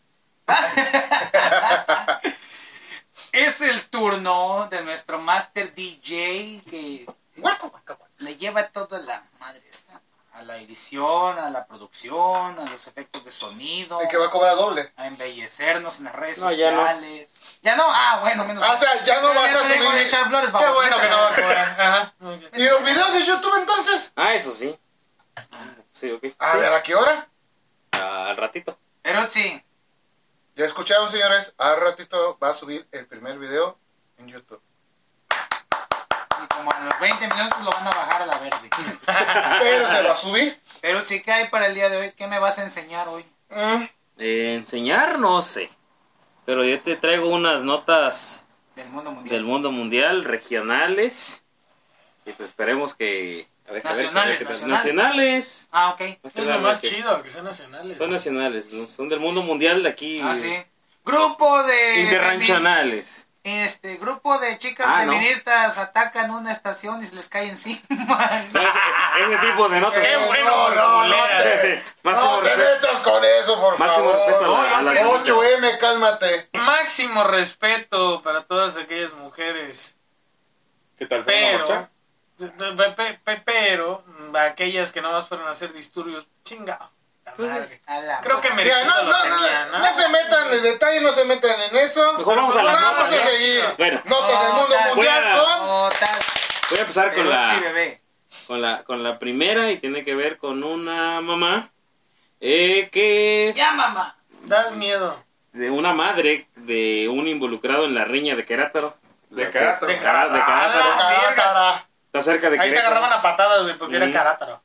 Es el turno de nuestro Master DJ que le lleva toda la madre esta a la edición, a la producción, a los efectos de sonido, El que va a cobrar doble. a embellecernos en las redes No, ya no. sociales. ¿Ya no? Ah, bueno, menos Ah, o sea, ya no vas a me dejo de subir. echar flores, Qué vamos, bueno que métela. no va a cobrar. Ajá. Muy bien. ¿Y los videos de YouTube entonces? Ah, eso sí. Sí, ok. A Sí. ver, ¿a qué hora? Al ratito. Pero sí, Ya escucharon, señores. Al ratito va a subir el primer video en YouTube. Y como a los 20 minutos lo van a bajar a la verde. Pero se va a subir. Pero si ¿qué hay para el día de hoy? ¿Qué me vas a enseñar hoy? Enseñar, no sé. Pero yo te traigo unas notas Del mundo mundial. del mundo mundial, regionales. Y pues esperemos que... a ver, Nacionales, qué tal. nacionales. Nacionales. Ah, ok. Es lo más chido, que sean nacionales. Son nacionales, ¿no? Son del mundo mundial de aquí. Ah, sí. Grupo de... Interranchonales. Grupo de chicas Ah, ¿no? feministas atacan una estación y se les cae encima. No, ese tipo de notas. Qué bueno, no Máximo te respeto. metas con eso, por Máximo favor. respeto a la 8M, cálmate. Máximo respeto para todas aquellas mujeres. ¿Qué tal? ¿Fueron a Pero, marchar? pero, aquellas que nomás fueron a hacer disturbios, chingado. la madre. A la Creo que madre. Mira, merecido lo tenía, no se metan en detalle, no se metan en eso. Mejor vamos a las Vamos notas. a ¿no? seguir. Bueno, Notas del mundo Notas. mundial con... Notas. voy a empezar con Peluche, la, bebé. con la primera y tiene que ver con una mamá que... Ya, mamá. Das miedo. de una madre de un involucrado en la riña de Querétaro. De Querétaro. De Querétaro. Cara. Está cerca de Ahí se Querétaro. agarraban a patadas, güey, porque era Mm. Carátaro.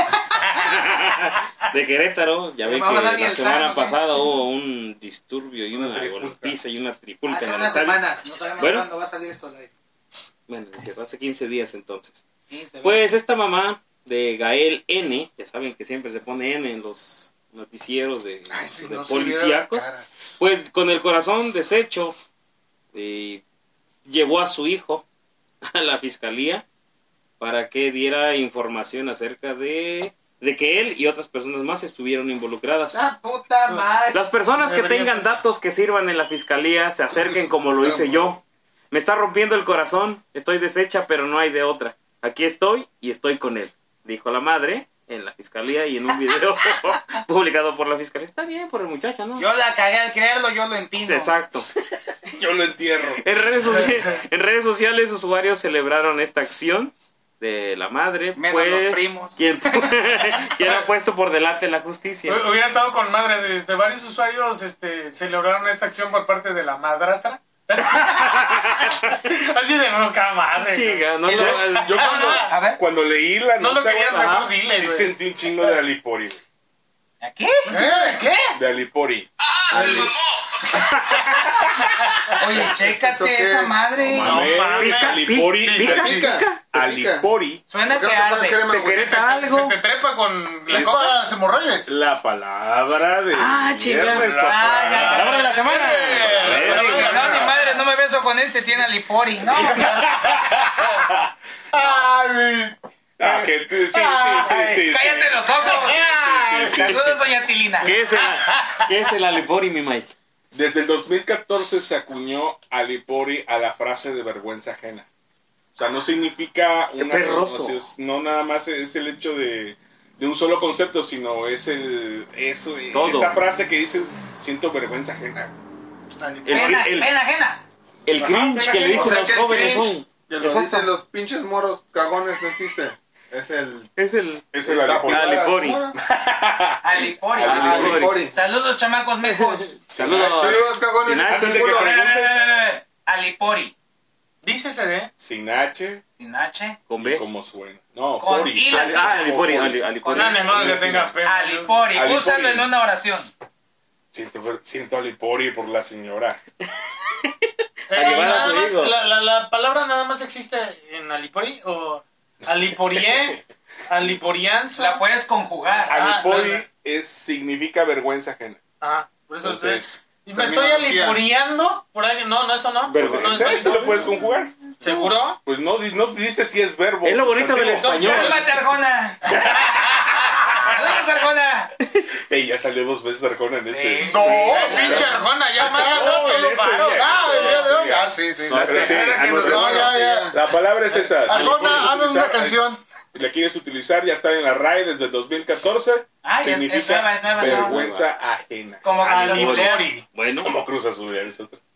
De Querétaro, ya Se ven que llamaba la Daniel semana San, ¿no? pasada hubo un disturbio y Una una trifulca. golpiza y una trifulca Hace en el unas estadio. semanas. No sabemos Bueno. cuándo va a salir esto al aire. Bueno, es cierto, hace 15 días entonces. 15, Pues esta mamá de Gael N, ya saben que siempre se pone N en los noticieros de, Ay, si de no se viera la policíacos, cara. pues con el corazón deshecho, llevó a su hijo a la fiscalía para que diera información acerca de que él y otras personas más estuvieron involucradas. ¡La puta madre! Las personas que Debería tengan ser. datos que sirvan en la fiscalía se acerquen como lo hice yo. Me está rompiendo el corazón, estoy deshecha, pero no hay de otra. Aquí estoy y estoy con él, dijo la madre en la fiscalía y en un video publicado por la fiscalía. Está bien por el muchacho, ¿no? Yo la cagué al creerlo, yo lo empino. Exacto. Yo lo entierro. En redes sociales usuarios celebraron esta acción de la madre, Menos pues los primos. quien ha puesto por delante la justicia. Hubiera estado con madres. Varios usuarios celebraron esta acción por parte de la madrastra. Así de boca madre. Chica, no Yo lo- A ver. cuando leí la No nota, lo querías güey, mejor dile, sí güey. sentí un chingo de Alipori. ¿A qué? ¿De qué? De Alipori. Oye, ¿Eso chécate qué esa es? madre. No mames. Pica, Alipori. pica, Pica. pica. Alipori. Suena Creo que que pones arde. crema, güey. Secreta algo. Se te trepa con la ¿Es coca. para las hemorroides? La palabra de chinga. viernes, Ah, papá. ya. Palabra de la semana. No, ni madre, no me beso con este, tiene alipori. No, Ay, Ah, gente, sí. cállate los ojos. Sí. Saludos, doña Tilina. ¿Qué es el Alipori, mi Mike? Desde el 2014 se acuñó Alipori a la frase de vergüenza ajena. O sea, no significa Qué perroso. no nada más es el hecho de un solo concepto, sino es Todo. esa frase que dices, siento vergüenza ajena. Pena, El pena ajena. cringe que le dicen O sea, los que el jóvenes cringe, son. Que lo Exacto. dicen los pinches moros cagones, no existe. Es el... Es el Es el Alipori. Alipori. Alipori. Alipori. Saludos, chamacos mejos. Saludos. Saludos, cagones. Sin H. Sin Antes de culo. que preguntes, Alipori. Dícese de. sin H Sin H. Con y B. como suena. No, Con Pori. I latina. Alipori. Con Alipori. No, ni modo que tenga pena. Alipori. Alipori. Úsalo en una oración. Siento Alipori por la señora. A llevar a Nada su más, hijo. la palabra nada más existe en Alipori o Aliporie, Aliporians. La puedes conjugar. Alipori no. significa vergüenza ajena. Ah, por eso Entonces, ¿Y me estoy terminología. aliporiando? Por ahí, no, eso no. vergüenza, No, ¿sí lo puedes conjugar? ¿Seguro? Pues no dice si es verbo. Es lo bonito del sustantivo. español. ¡Cálmate, Arjona! ¡Saludos, Arjona! Ey, ya salió 2 veces Arjona en este. Sí. No, Pinche Arjona, ya Hasta mató rato el lo paro. el día de hoy. Ah, sí. No, La tercera sí, que nos no, ya. La palabra es esa. Si la quieres Arjona, haznos una utilizar, canción. Si la quieres utilizar, ya está en la RAE desde el 2014. Ah, ya es significa nueva, es nueva. vergüenza ajena. Como Cruz Alipori. Azulea. Bueno, Como Cruz Azul, es otro.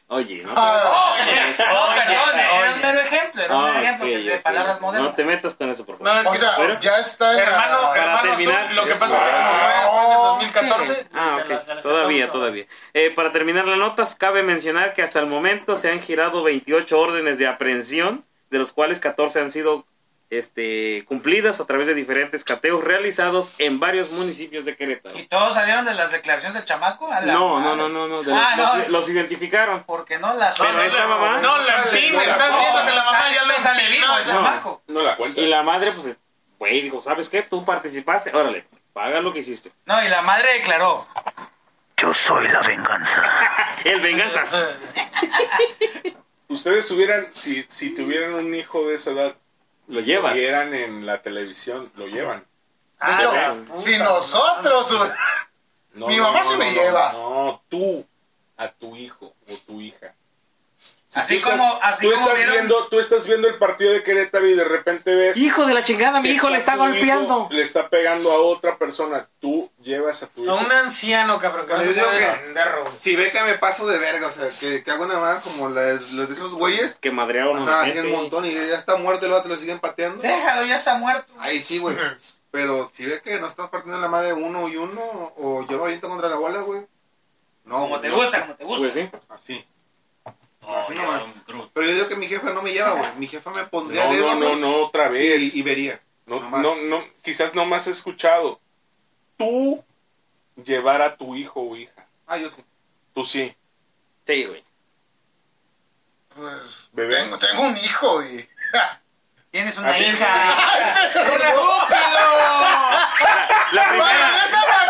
Oye, no. Perdón, era un mero ejemplo, de palabras modernas. No te metas con eso, por favor. No, es O que, sea, Pero- ya está en hermano, la... para hermano terminar- Azul, lo que pasa es que como fue después del 2014, Ah, se ok. la- se la Todavía, sacamos. todavía. Para terminar las notas, cabe mencionar que hasta el momento se han girado 28 órdenes de aprehensión, de los cuales 14 han sido cumplidas a través de diferentes cateos realizados en varios municipios de Querétaro. ¿Y todos salieron de las declaraciones del chamaco? A la No, madre. de los identificaron. Porque no las... Pero esta mamá- No, la empina, estás viendo que la mamá ya lo sale vivo el empinó. chamaco. No la cuenta. Y la madre, pues, güey, dijo, ¿sabes qué? Tú participaste, órale, paga lo que hiciste. No, y la madre declaró: yo soy la venganza. El venganzas. Ustedes hubieran, si tuvieran un hijo de esa edad, Lo llevas. vieran en la televisión, lo llevan. De hecho, si nosotros... No, Mi mamá sí me lleva. No, tú, a tu hijo o tu hija. Si Así tú como vieron- tú estás viendo el partido de Querétaro y de repente ves Hijo de la chingada, mi que hijo le está tu hijo golpeando. le está pegando a otra persona. Tú llevas a tu A hijo. un anciano, cabrón, que no Pero se yo puede digo que- defender, Raúl. Si ve que me paso de verga, o sea, que hago una mamá como las de esos güeyes, Que madrearon a ajá, la así un gente. montón y ya está muerto el vato, lo siguen pateando. Déjalo, ya está muerto. Ahí sí, güey. Pero si ve que no estás partiendo la madre uno y uno, o yo me aviento contra la bola, güey. No, Como güey, te no. gusta, como te gusta. Pues sí. Así. Así nomás. Pero yo digo que mi jefa no me lleva, güey. Mi jefa me pondría No, dedo, no, no, güey, no, otra vez. y vería. No, nomás. no, quizás no me has escuchado. Tú llevar a tu hijo o hija. Ah, yo sí. Tú sí. Sí, güey. Pues, Bebé. tengo un hijo y... Tienes una Aquí hija. La primera.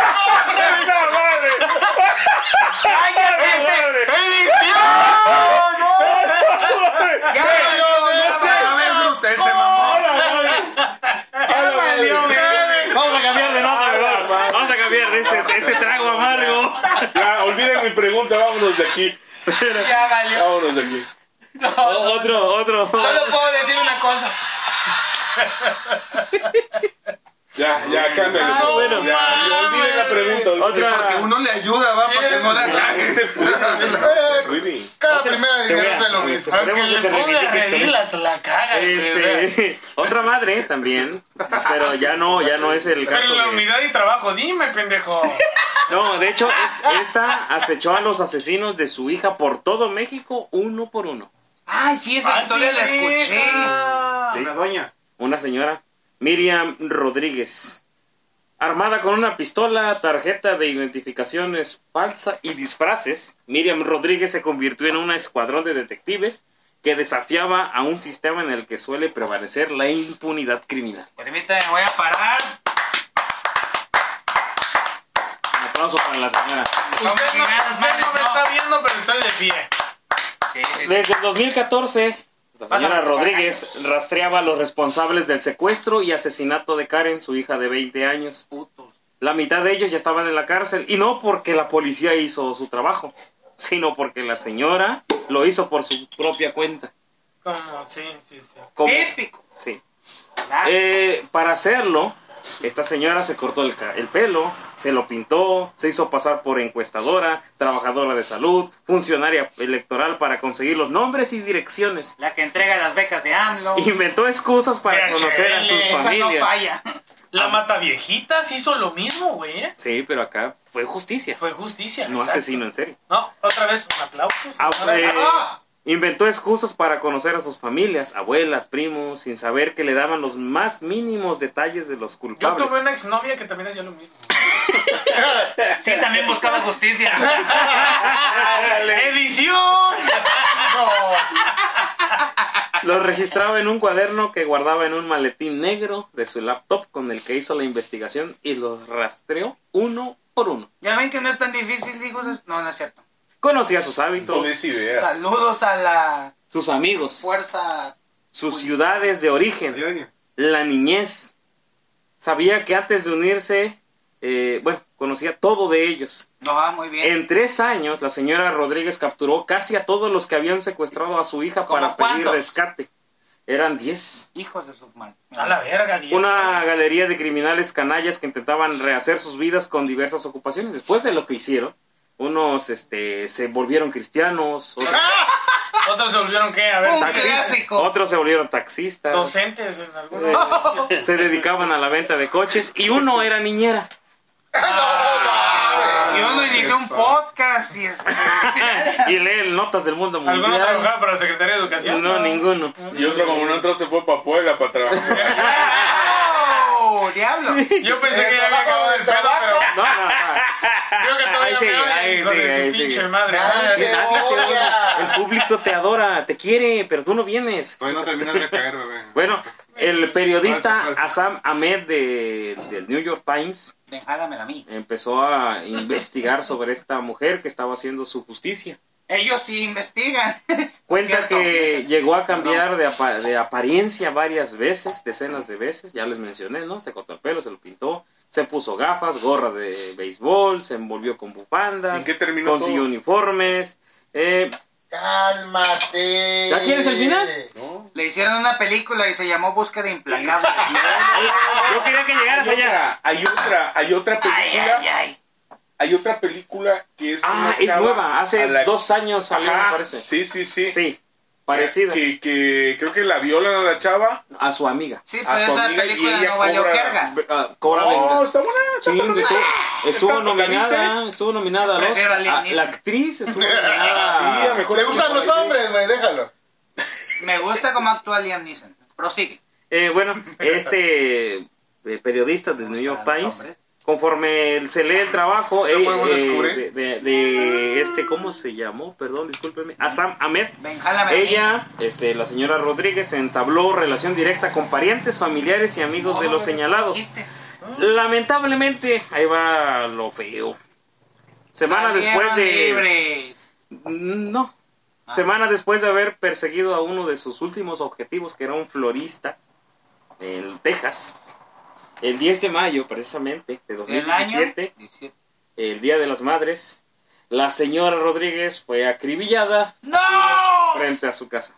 Vamos a cambiar de nota, mejor. Vamos a cambiar de este trago amargo. Ya, olviden mi pregunta, vámonos de aquí. Ya valió. Vámonos de aquí. Otro. Solo puedo decir una cosa. Ya, cámbiale. Ah, bueno. Ya, olviden la pregunta. Otra. Porque uno le ayuda, va, para que no la cague. Really. Cada primera de Te voy a- dinero es lo mismo. Aunque Esperemos le que te ponga reivindiques con redilas, la caga. Otra madre también, pero ya no es el Pero caso la de... unidad y trabajo, dime, pendejo. No, de hecho, esta acechó a los asesinos de su hija por todo México, uno por uno. Ay, sí, esa historia la escuché. Sí. Una doña. Una señora, Miriam Rodríguez, armada con una pistola, tarjeta de identificaciones falsa y disfraces, Miriam Rodríguez se convirtió en un escuadrón de detectives que desafiaba a un sistema en el que suele prevalecer la impunidad criminal. Permítame, voy a parar. Un aplauso para la señora. Usted no me está viendo, pero estoy de pie. Sí, sí, sí. Desde el 2014, la señora Pásame, Rodríguez rastreaba a los responsables del secuestro y asesinato de Karen, su hija de 20 años. La mitad de ellos ya estaban en la cárcel, y no porque la policía hizo su trabajo, sino porque la señora lo hizo por su propia cuenta. Como, sí. Como- Típico. Sí. Clásico. Para hacerlo, esta señora se cortó el pelo, se lo pintó, se hizo pasar por encuestadora, trabajadora de salud, funcionaria electoral para conseguir los nombres y direcciones. La que entrega las becas de AMLO. Inventó excusas para DHL, conocer a sus esa Esa no familias. falla. La Mataviejitas hizo lo mismo, güey. Sí, pero acá fue justicia, Fue justicia. no exacto. asesino en serie. No, otra vez, un aplauso. Ah, señora. Inventó excusas para conocer a sus familias, abuelas, primos, sin saber que le daban los más mínimos detalles de los Yo culpables. tuve una exnovia que también hacía lo mismo. Sí, también buscaba justicia. ¡Edición! Lo registraba en un cuaderno que guardaba en un maletín negro de su laptop con el que hizo la investigación y los rastreó uno por uno. Ya ven que no es tan difícil, hijos. No, no es cierto. Conocía sus No hábitos, des idea. Saludos a la sus amigos, fuerza. sus ciudades de origen, Doña. la niñez. Sabía que antes de unirse, conocía todo de ellos. No, muy bien. En 3 años, la señora Rodríguez capturó casi a todos los que habían secuestrado a su hija ¿Cómo para pedir cuántos? rescate. Eran 10. Hijos de su mal. A la verga, 10. Una galería de criminales canallas que intentaban rehacer sus vidas con diversas ocupaciones. Después de lo que hicieron, Unos se volvieron cristianos, Otros se volvieron, ¿qué? A ver, Un taxistas, clásico. otros se volvieron taxistas, docentes en alguna... se dedicaban a la venta de coches y uno era niñera. Y uno inició un podcast y Y lee notas del mundo ¿Alguno mundial. trabajaba para la Secretaría de Educación? No, ninguno. Y otro como nosotros se fue para Puebla para trabajar. ¡Oh, diablo! Yo pensé que ya había acabado el pedo, pero No, creo que todavía Ahí sigue, me odian, ahí hijo de sigue, ahí su pinche sigue. madre. Nadie te odia. el público te adora, te quiere, pero tú no vienes. Todavía no terminas de caer, bebé. Bueno, el periodista Assam Ahmed del New York Times Déjamela a mí. empezó a investigar sobre esta mujer que estaba haciendo su justicia. Ellos sí investigan. Cuenta Cierto, que ese- llegó a cambiar de apariencia varias veces, decenas de veces, ya les mencioné, ¿no? Se cortó el pelo, se lo pintó, se puso gafas, gorra de béisbol, se envolvió con bufandas, ¿En qué terminó consiguió todo? uniformes. Cálmate. ¿Ya quieres el final? ¿No? Le hicieron una película y se llamó Búsqueda Implacable. Yo quería que llegaras allá. Hay otra película. Ay, ay, ay. Hay otra película que es Ah, una es chava nueva, hace a la- 2 años salió, Ajá, me parece. Sí. Sí, parecida Que creo que la violan a la chava. a su amiga. Sí, A pero su esa amiga, película y ella no valió cobra- verga. Cobra Oh, venganza. está buena. Sí, estuvo ¿La nominada, estuvo nominada a los Prefiero a Liam Neeson. la actriz estuvo Sí, a nominada. mejor. Le gustan los hombres, güey, déjalo. Me gusta cómo actúa Liam Neeson. Prosigue. Bueno, periodista del New York Para los Times, hombres. conforme se lee el trabajo ¿Lo podemos descubrir? de ¿cómo se llamó? Perdón, discúlpeme, Assam Ahmed. Ven, jálame a mí. Ella, la señora Rodríguez, entabló relación directa con parientes, familiares y amigos de los señalados. ¿Viste? Lamentablemente, ahí va lo feo. Semana después Salieron de... libres. No. Ah. Semana después de haber perseguido a uno de sus últimos objetivos, que era un florista en Texas, el 10 de mayo, precisamente, de ¿Del año? 2017, 17. el Día de las Madres, la señora Rodríguez fue acribillada ¡No! frente a su casa.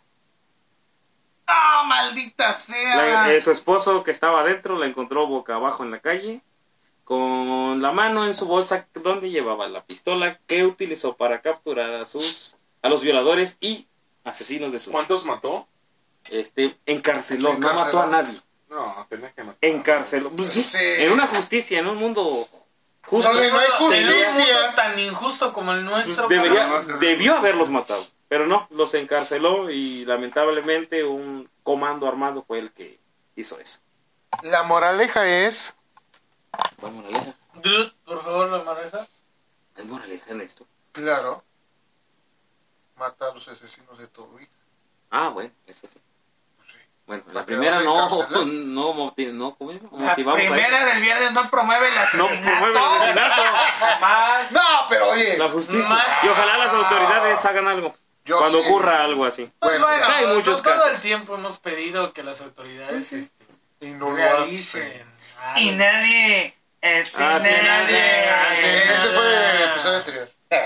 ¡No, maldita sea! Su esposo, que estaba adentro, la encontró boca abajo en la calle, con la mano en su bolsa donde llevaba la pistola que utilizó para capturar a los violadores y asesinos de su ¿Cuántos mató? encarceló, no mató a nadie, No, tenía que matar. encarceló. Pues sí, Sí. en una justicia, en un mundo justo, Donde no hay En un mundo justicia. tan injusto como el nuestro, debió haberlos matado, pero no, los encarceló y lamentablemente un comando armado fue el que hizo eso. La moraleja es... ¿Cuál moraleja? Dude, por favor, la maneja. ¿Qué moraleja en esto? Claro. Mata a los asesinos de tu hija. Ah, bueno, eso sí. Sí. Bueno, ¿Para la qué primera vas a no, encarcelar? ¿cómo es? La Motivamos a primera eso. del viernes no promueve el No asesinato. promueve el asesinato. Más. No, pero oye. La justicia. Más- Y ojalá las autoridades hagan algo Yo cuando sí. ocurra algo así. Pues Bueno, bueno, hay muchos todo casos. el tiempo hemos pedido que las autoridades Y no lo realicen algo. Y nadie. nadie hace Ese fue el episodio anterior.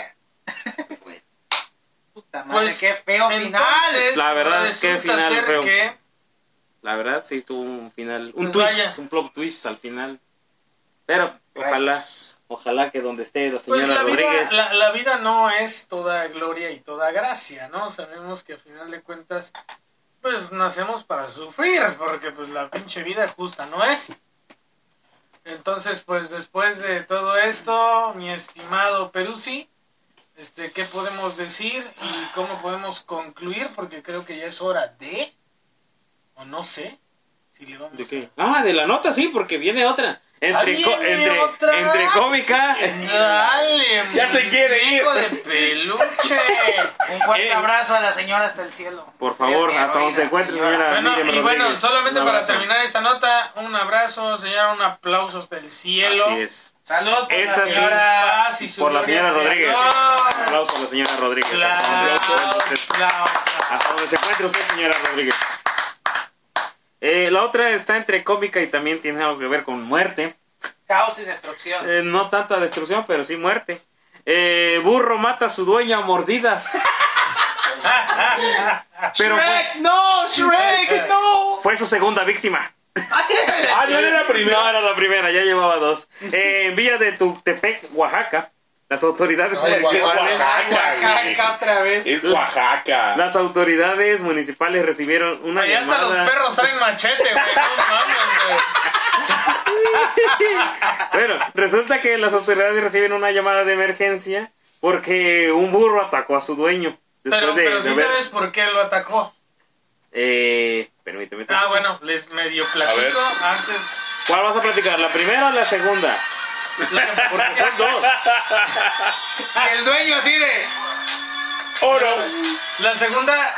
Puta madre, Pues, qué feo final. entonces, La verdad, qué resulta final ser feo. que La verdad, sí tuvo un final, un Pues twist, vaya. un plot twist al final. Pero ojalá que donde esté la pues señora Rodríguez. la vida no es toda gloria y toda gracia, ¿no? Sabemos que al final de cuentas, pues nacemos para sufrir, porque pues la pinche vida justa no es. Entonces, pues después de todo esto, mi estimado Peruzzi, ¿qué podemos decir y cómo podemos concluir? Porque creo que ya es hora de, o no sé, si le vamos ¿De qué? Ah, de la nota, sí, porque viene otra. viene otra. Entre cómica. Dale, Ya se quiere ir. muñeco de peluche. Un fuerte abrazo a la señora hasta el cielo. Por favor, Dios mío, hasta donde se oiga, encuentre, señora. señora Bueno, Miriam y bueno, Rodríguez. solamente Un para abrazo. terminar esta nota, un abrazo, señora, un aplauso hasta el cielo. Así es. Salud por Esa la sí. señora. Paz y su Por la señora gloria Rodríguez. sea. Un aplauso a la señora Rodríguez. Claro, Hasta donde se encuentre usted, señora Rodríguez. La otra está entre cómica y también tiene algo que ver con muerte. Caos y destrucción. No tanta destrucción, pero sí muerte. Burro mata a su dueño a mordidas. Pero Shrek, no, Shrek, no. fue su segunda víctima. Ah, no era la primera. No, era la primera, ya llevaba 2. En Villa de Tultepec, Oaxaca, Las autoridades Ay, Es municipales... Oaxaca, otra vez. güey. Es Oaxaca. Las autoridades municipales recibieron una Allá hasta llamada... los perros traen machete, güey. No mames, güey. Bueno, resulta que las autoridades reciben una llamada de emergencia porque un burro atacó a su dueño. Pero sí haber- sabes por qué lo atacó. Permíteme. Ah, bueno, les medio A platico ver. antes. ¿Cuál vas a platicar? ¿La primera o la segunda? Porque son dos. Y el dueño así de... ¡Oro! La segunda,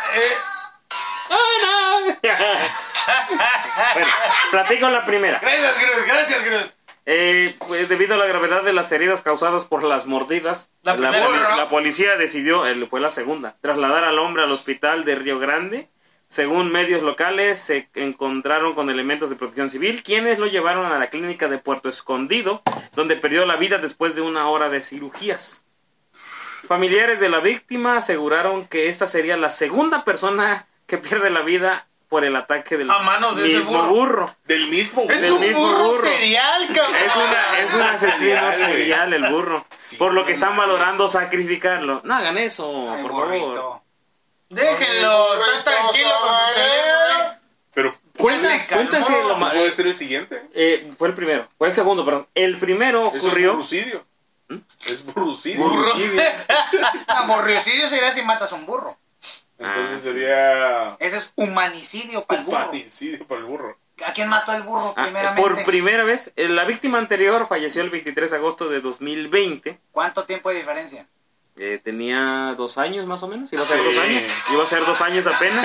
Bueno, platico la primera. Gracias, Cruz. Pues debido a la gravedad de las heridas causadas por las mordidas, La primera, la policía decidió, fue la segunda, trasladar al hombre al hospital de Río Grande. Según medios locales, se encontraron con elementos de protección civil, quienes lo llevaron a la clínica de Puerto Escondido, donde perdió la vida después de 1 hora de cirugías. Familiares de la víctima aseguraron que esta sería la segunda persona que pierde la vida por el ataque del A manos de ese mismo burro. Del mismo, güey. es del un mismo burro burro. serial, cabrón. Es un asesino Serial, serial el burro. Sí, Por lo que no están mames. valorando sacrificarlo. No hagan eso, Ay, por burrito. favor. Déjenlo, está tranquilo con su teléfono. Pero Cuentan se cuentan que calmó. lo ¿no puede ser el siguiente? fue el primero, fue el segundo, perdón. El primero Eso ocurrió. es burrucidio. Es burrucidio. Burrucidio. Aborricidio sería si matas a un burro. Entonces Ah, sería Ese es humanicidio para el burro. parricidio para el burro. ¿A quién mató el burro Ah, primeramente? por primera vez, la víctima anterior falleció el 23 de agosto de 2020. ¿Cuánto tiempo de diferencia? Tenía 2 años más o menos. Iba a ser Sí. 2 años. Iba a ser 2 años apenas.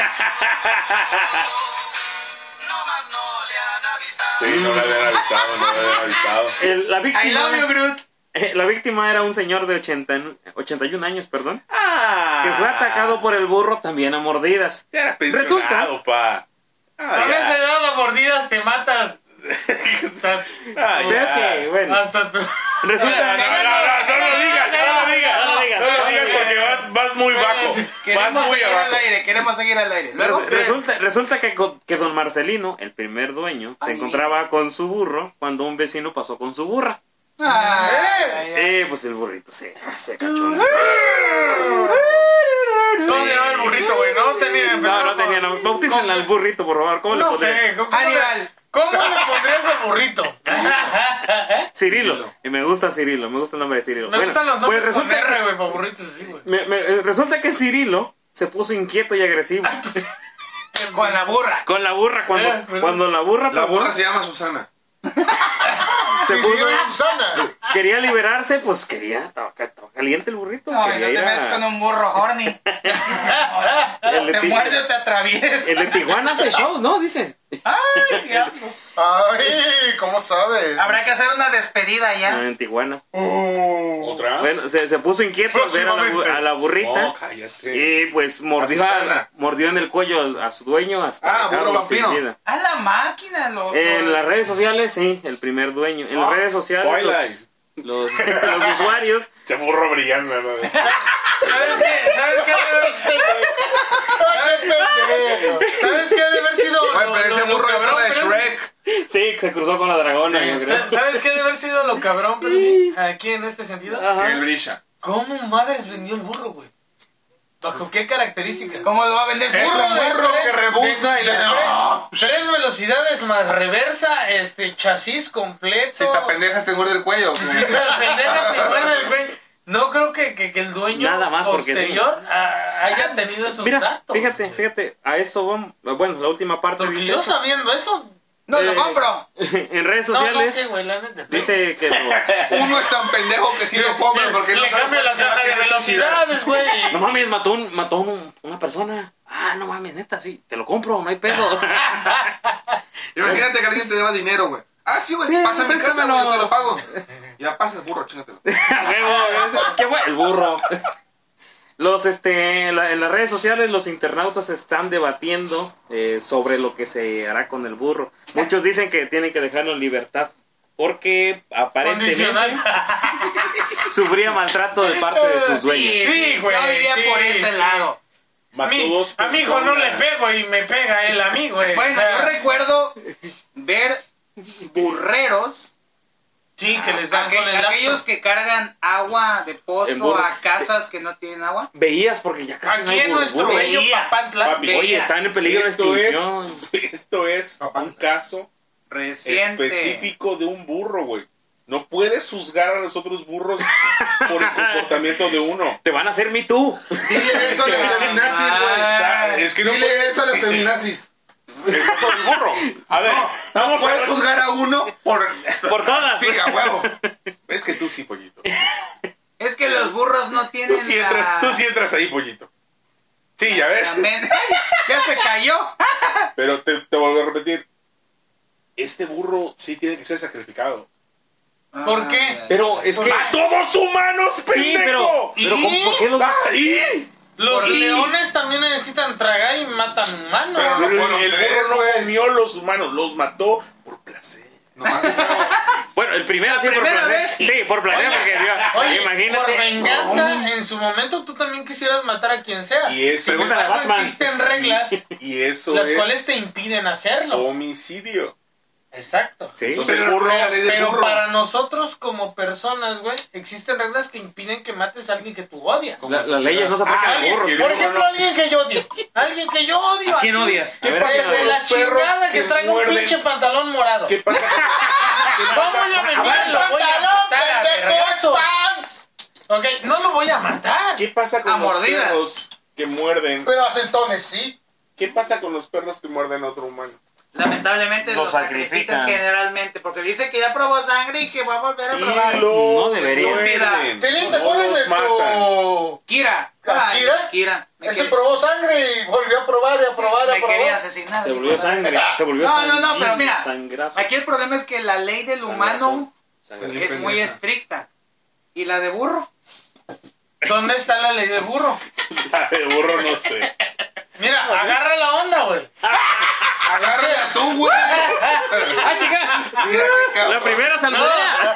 Sí, no le habían avisado, no le habían avisado. La víctima. I love you, Groot. La víctima era un señor de 81 años, perdón, Ah, que fue atacado por el burro también a mordidas. Ya era pensionado, pa. A veces ya. dado mordidas te matas. O sea, Ah, Pero es ya. que, bueno, hasta tú. resulta... No lo digas, no lo digas. No lo digas. No lo digas porque vas muy bajo. Vas Queremos muy seguir abajo. al aire, queremos seguir al aire. Luego, Resulta que don Marcelino, el primer dueño, se Ay, encontraba con su burro cuando un vecino pasó con su burra. Pues el burrito se cachó. ¿Cómo se llama el burrito, güey? No tenía. No tenía nada. Bautícenle al burrito, por favor. ¿Cómo le No pondrían? sé. Aníbal. ¿Cómo le pondrías al burrito? Cirilo. Y me gusta Cirilo, me gusta el nombre de Cirilo. Me gustan los nombres pues con resulta R, que, güey, para burritos así, güey. resulta que Cirilo se puso inquieto y agresivo Con la burra. con la burra cuando, pues, cuando la burra La pasó, burra se llama Susana. se Sí, puso, dime, Susana. quería liberarse, pues estaba caliente el burrito. No, no quería te ir a- metes con un burro horny. El de Te Ti- muerde o te atraviesa. El de Tijuana hace show, ¿no? Dicen. Ay, diablos. Ay, ¿cómo sabes? Habrá que hacer una despedida ya. En Tijuana. ¿Otra? Bueno, se puso inquieto al ver a la burrita. No, cállate. Y pues mordió, mordió en el cuello a su dueño hasta Ah, burro dejarlo sin vampiro. vida. A la máquina, loco. En las redes sociales, sí, el primer dueño. En las redes sociales, Twilight. los usuarios. Se burro brillando, ¿no? ¿Sabes qué? ¿Sabes qué? ¿Sabes qué ha de haber sido Güey, pero ese burro es cabrón, de pero Shrek. Sí, se cruzó con la dragona, yo creo. ¿Sabes qué ha de haber sido lo cabrón, pero sí? Aquí en este sentido. Ajá. Que él brilla. ¿Cómo madres vendió el burro, güey? ¿Bajo qué características? ¿Cómo lo va a vender su Es burro? un burro que rebuzna y le... ¡No! 3 velocidades más reversa, chasis completo. Si te apendejas te muerde el cuello. Si te apendejas, te muerde el güey. No creo que el dueño Nada más porque posterior haya tenido esos Mira, datos. fíjate, a eso vamos. Bueno, la última parte Porque dice yo eso. sabiendo eso. No lo compro. En redes No, no sociales sé, güey, la neta. dice que Uno es tan pendejo que sí lo compra porque no le sabe cambio la por qué caja de tiene suicidar. velocidades, güey. no mames, mató una persona. Ah, no mames, neta, sí, te lo compro, no hay pedo. Imagínate que alguien te deba dinero, güey. Ah, sí, güey, Sí, pasa mi casa, préstamelo. güey, yo te lo pago. Ya pasa el burro, chingatelo. A huevo, qué bueno, el burro. En las redes sociales los internautas están debatiendo sobre lo que se hará con el burro. Muchos dicen que tienen que dejarlo en libertad porque aparentemente Condicional. sufría maltrato de parte de sus dueños. Sí, güey, Yo iría sí, por ese sí. lado. Mató dos A mi hijo no le personas. pego y me pega él a mí, güey. Bueno, O sea, yo recuerdo ver burreros Sí, que les dan con el lapso. Aquellos que cargan agua de En pozo burro. a casas que no tienen agua. Veías porque ya casi no Aquí hay en nuestro burro. bello Veía. Papantla. Papi, Oye, están en peligro de extinción. Esto es un caso Reciente. específico de un burro, güey. No puedes juzgar a los otros burros por el comportamiento de uno. Te van a hacer Me Too. Dile eso a los feminazis, O güey. sea, es que no Dile puedes... eso a los feminazis. El caso del burro. A ver, No vamos a puedes ver. juzgar a uno por... Por todas. Sí, a huevo. Es que tú sí, pollito. Es que los burros no tienen Tú sí entras ahí, pollito. Sí, ya ves. También. Ya se cayó. Pero te vuelvo a repetir. Este burro sí tiene que ser sacrificado. ¿Por qué? Pero es que... ¡A todos humanos, pendejo! Sí, pero ¿Y? ¿por qué los... ¡Ahí! Los ¿Por qué? leones también necesitan tragar y matan humanos. Pero no Pero fueron el tres, burro no güey. comió los humanos, los mató por placer. Nomás, Bueno, el primero sí por primera placer. vez. Sí, por placer, porque Oye, imagínate. por venganza, en su momento tú también quisieras matar a quien sea. Y eso, Sin Pregúntale a embargo, Batman. existen reglas y eso las es cuales te impiden hacerlo. homicidio. Exacto. Sí. Entonces, pero el burro... la ley del Pero burro. para nosotros como personas, güey, existen reglas que impiden que mates a alguien que tú odias. Las leyes no se aplican a Alguien- burros. por ejemplo, alguien que yo odio. Alguien que yo odio. ¿A quién así. odias? ¿Qué A ver, pasa échale. De con la los perros chingada que que traiga un muerden? pinche pantalón morado. ¿Qué pasa? ¿Cómo voy a venir? Lo voy a matar a vergazos. Ok, no lo voy a matar. ¿Qué pasa A con los mordidas. perros que muerden? Pero a centones, sí. ¿Qué pasa con los perros que muerden a otro humano? Lamentablemente Los los sacrifican sacrifican. generalmente porque dice que ya probó sangre y que va a volver a probar. No debería. muerden. Tilín, ¿te No acuerdas los de matan. tu... Kira. ¿A Ay, Kira? Kira. Me Ese quiere- probó sangre y volvió a probar y a probar y a me quería probar. asesinar. Se volvió sangre. Se volvió No, sangre. no, pero mira, Sangrazo. Aquí el problema es que la ley del humano Sangrazo. es muy estricta. ¿Y la de burro? ¿Dónde está la ley de burro? La de burro no sé. Mira, agarra la onda, güey. Agárrala tú, güey. ¡Ah, chica! Mira qué cabrón. La primera saludada.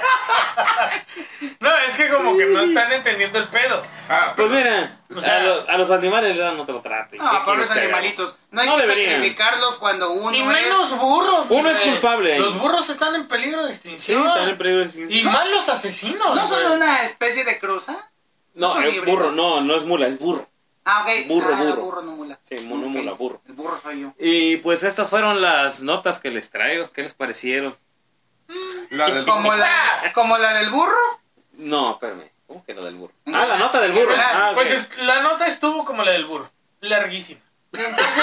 No, es que como que no están entendiendo el pedo. Pues mira, O sea, a los animales le dan otro trato. ¿Y qué No, pobres quieres que hagamos? animalitos. No hay No que deberían. sacrificarlos cuando uno Y menos burros. Uno es güey. culpable ahí. Los burros están en peligro de Sí, extinción. están en peligro de Y extinción. más los asesinos. ¿No son güey. una especie de cruza? No, son es híbridos. burro, no es mula, es burro. Ah, ok. Burro, Ah, burro. burro, no mula. Sí, no Ok. mula, burro. El burro soy yo. Y pues estas fueron las notas que les traigo. ¿Qué les parecieron? La del ¿Como la del burro? No, espérame. ¿Cómo que la del burro? Ah, la nota del burro. Ah, ok. Pues la nota estuvo como la del burro. Larguísima. Entonces,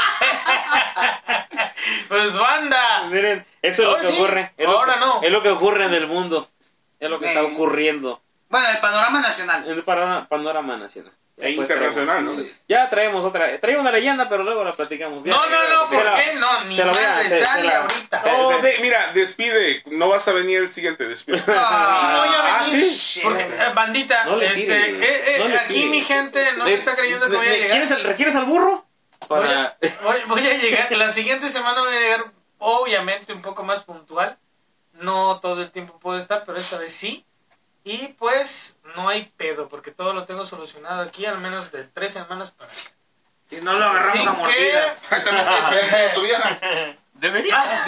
pues banda. Miren, eso es lo Ahora que sí, ocurre. Es lo ahora que- no. Es lo que ocurre en el mundo. Es lo que está ocurriendo Bueno, el panorama nacional. en el panorama nacional. E internacional, ¿no? Ya traemos otra. Traigo una leyenda, pero luego la platicamos. Ya, No, ¿por se la- qué no? Ni se la voy a- madres, se dale la- ahorita. No, mira, despide. No vas a venir el siguiente, despide. No voy a Ah, venir. ¿sí? Porque, bandita, No le tires, no le aquí tires. mi gente no Le- está creyendo que voy a le- llegar. ¿Requieres al burro? Voy Para... a, voy a llegar, la siguiente semana voy a llegar obviamente un poco más puntual. No todo el tiempo puedo estar, pero esta vez sí. Y pues no hay pedo, porque todo lo tengo solucionado aquí, al menos de 3 semanas para acá. Si no lo agarramos Así a mordidas. También puedes pelear con tu vieja. Debería.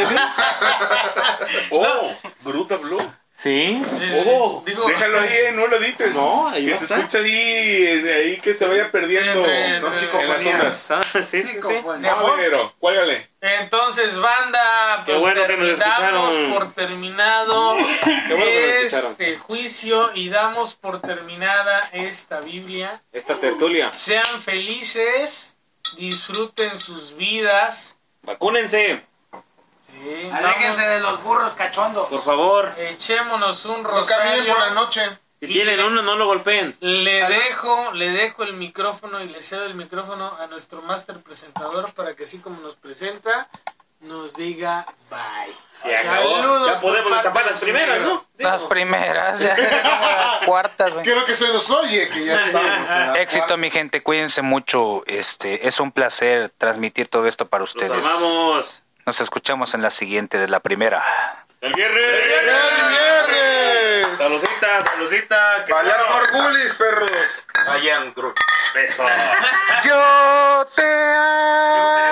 Oh, Bruta Blue. Sí. Oh, Digo, déjalo ahí, no lo edites. No, ahí Que va se a estar. escucha ahí que se vaya perdiendo Son en las psicofonías. ondas. Ah, sí, sí, sí. Psicofonía. Ah, Venero, cuélgale. Entonces, banda, Qué pues bueno que nos damos escucharon. por terminado Qué bueno que nos escucharon. este juicio y damos por terminada esta Biblia. Esta tertulia. Sean felices, disfruten sus vidas. Vacúnense, Sí, Aléjense de los burros cachondos. por favor. echémonos un No caminen por la rosario. noche. Si tienen uno, no lo golpeen. Le dejo el micrófono y le cedo el micrófono a nuestro máster presentador para que así como nos presenta, nos diga bye. Se acabó. Saludos Ya podemos por parte destapar de las su primeras, negro. ¿no? Las primeras, ya serán como las cuartas, güey. Quiero que se nos oye que ya estamos. en la Éxito, cuarta. mi gente, cuídense mucho. Es un placer transmitir todo esto para Los ustedes. amamos. Nos escuchamos en la siguiente de la primera. ¡El viernes! ¡El viernes! Saludcita, saludcita. Que Vayan se- Morgulis, perros. Vayan, beso. Yo te amo.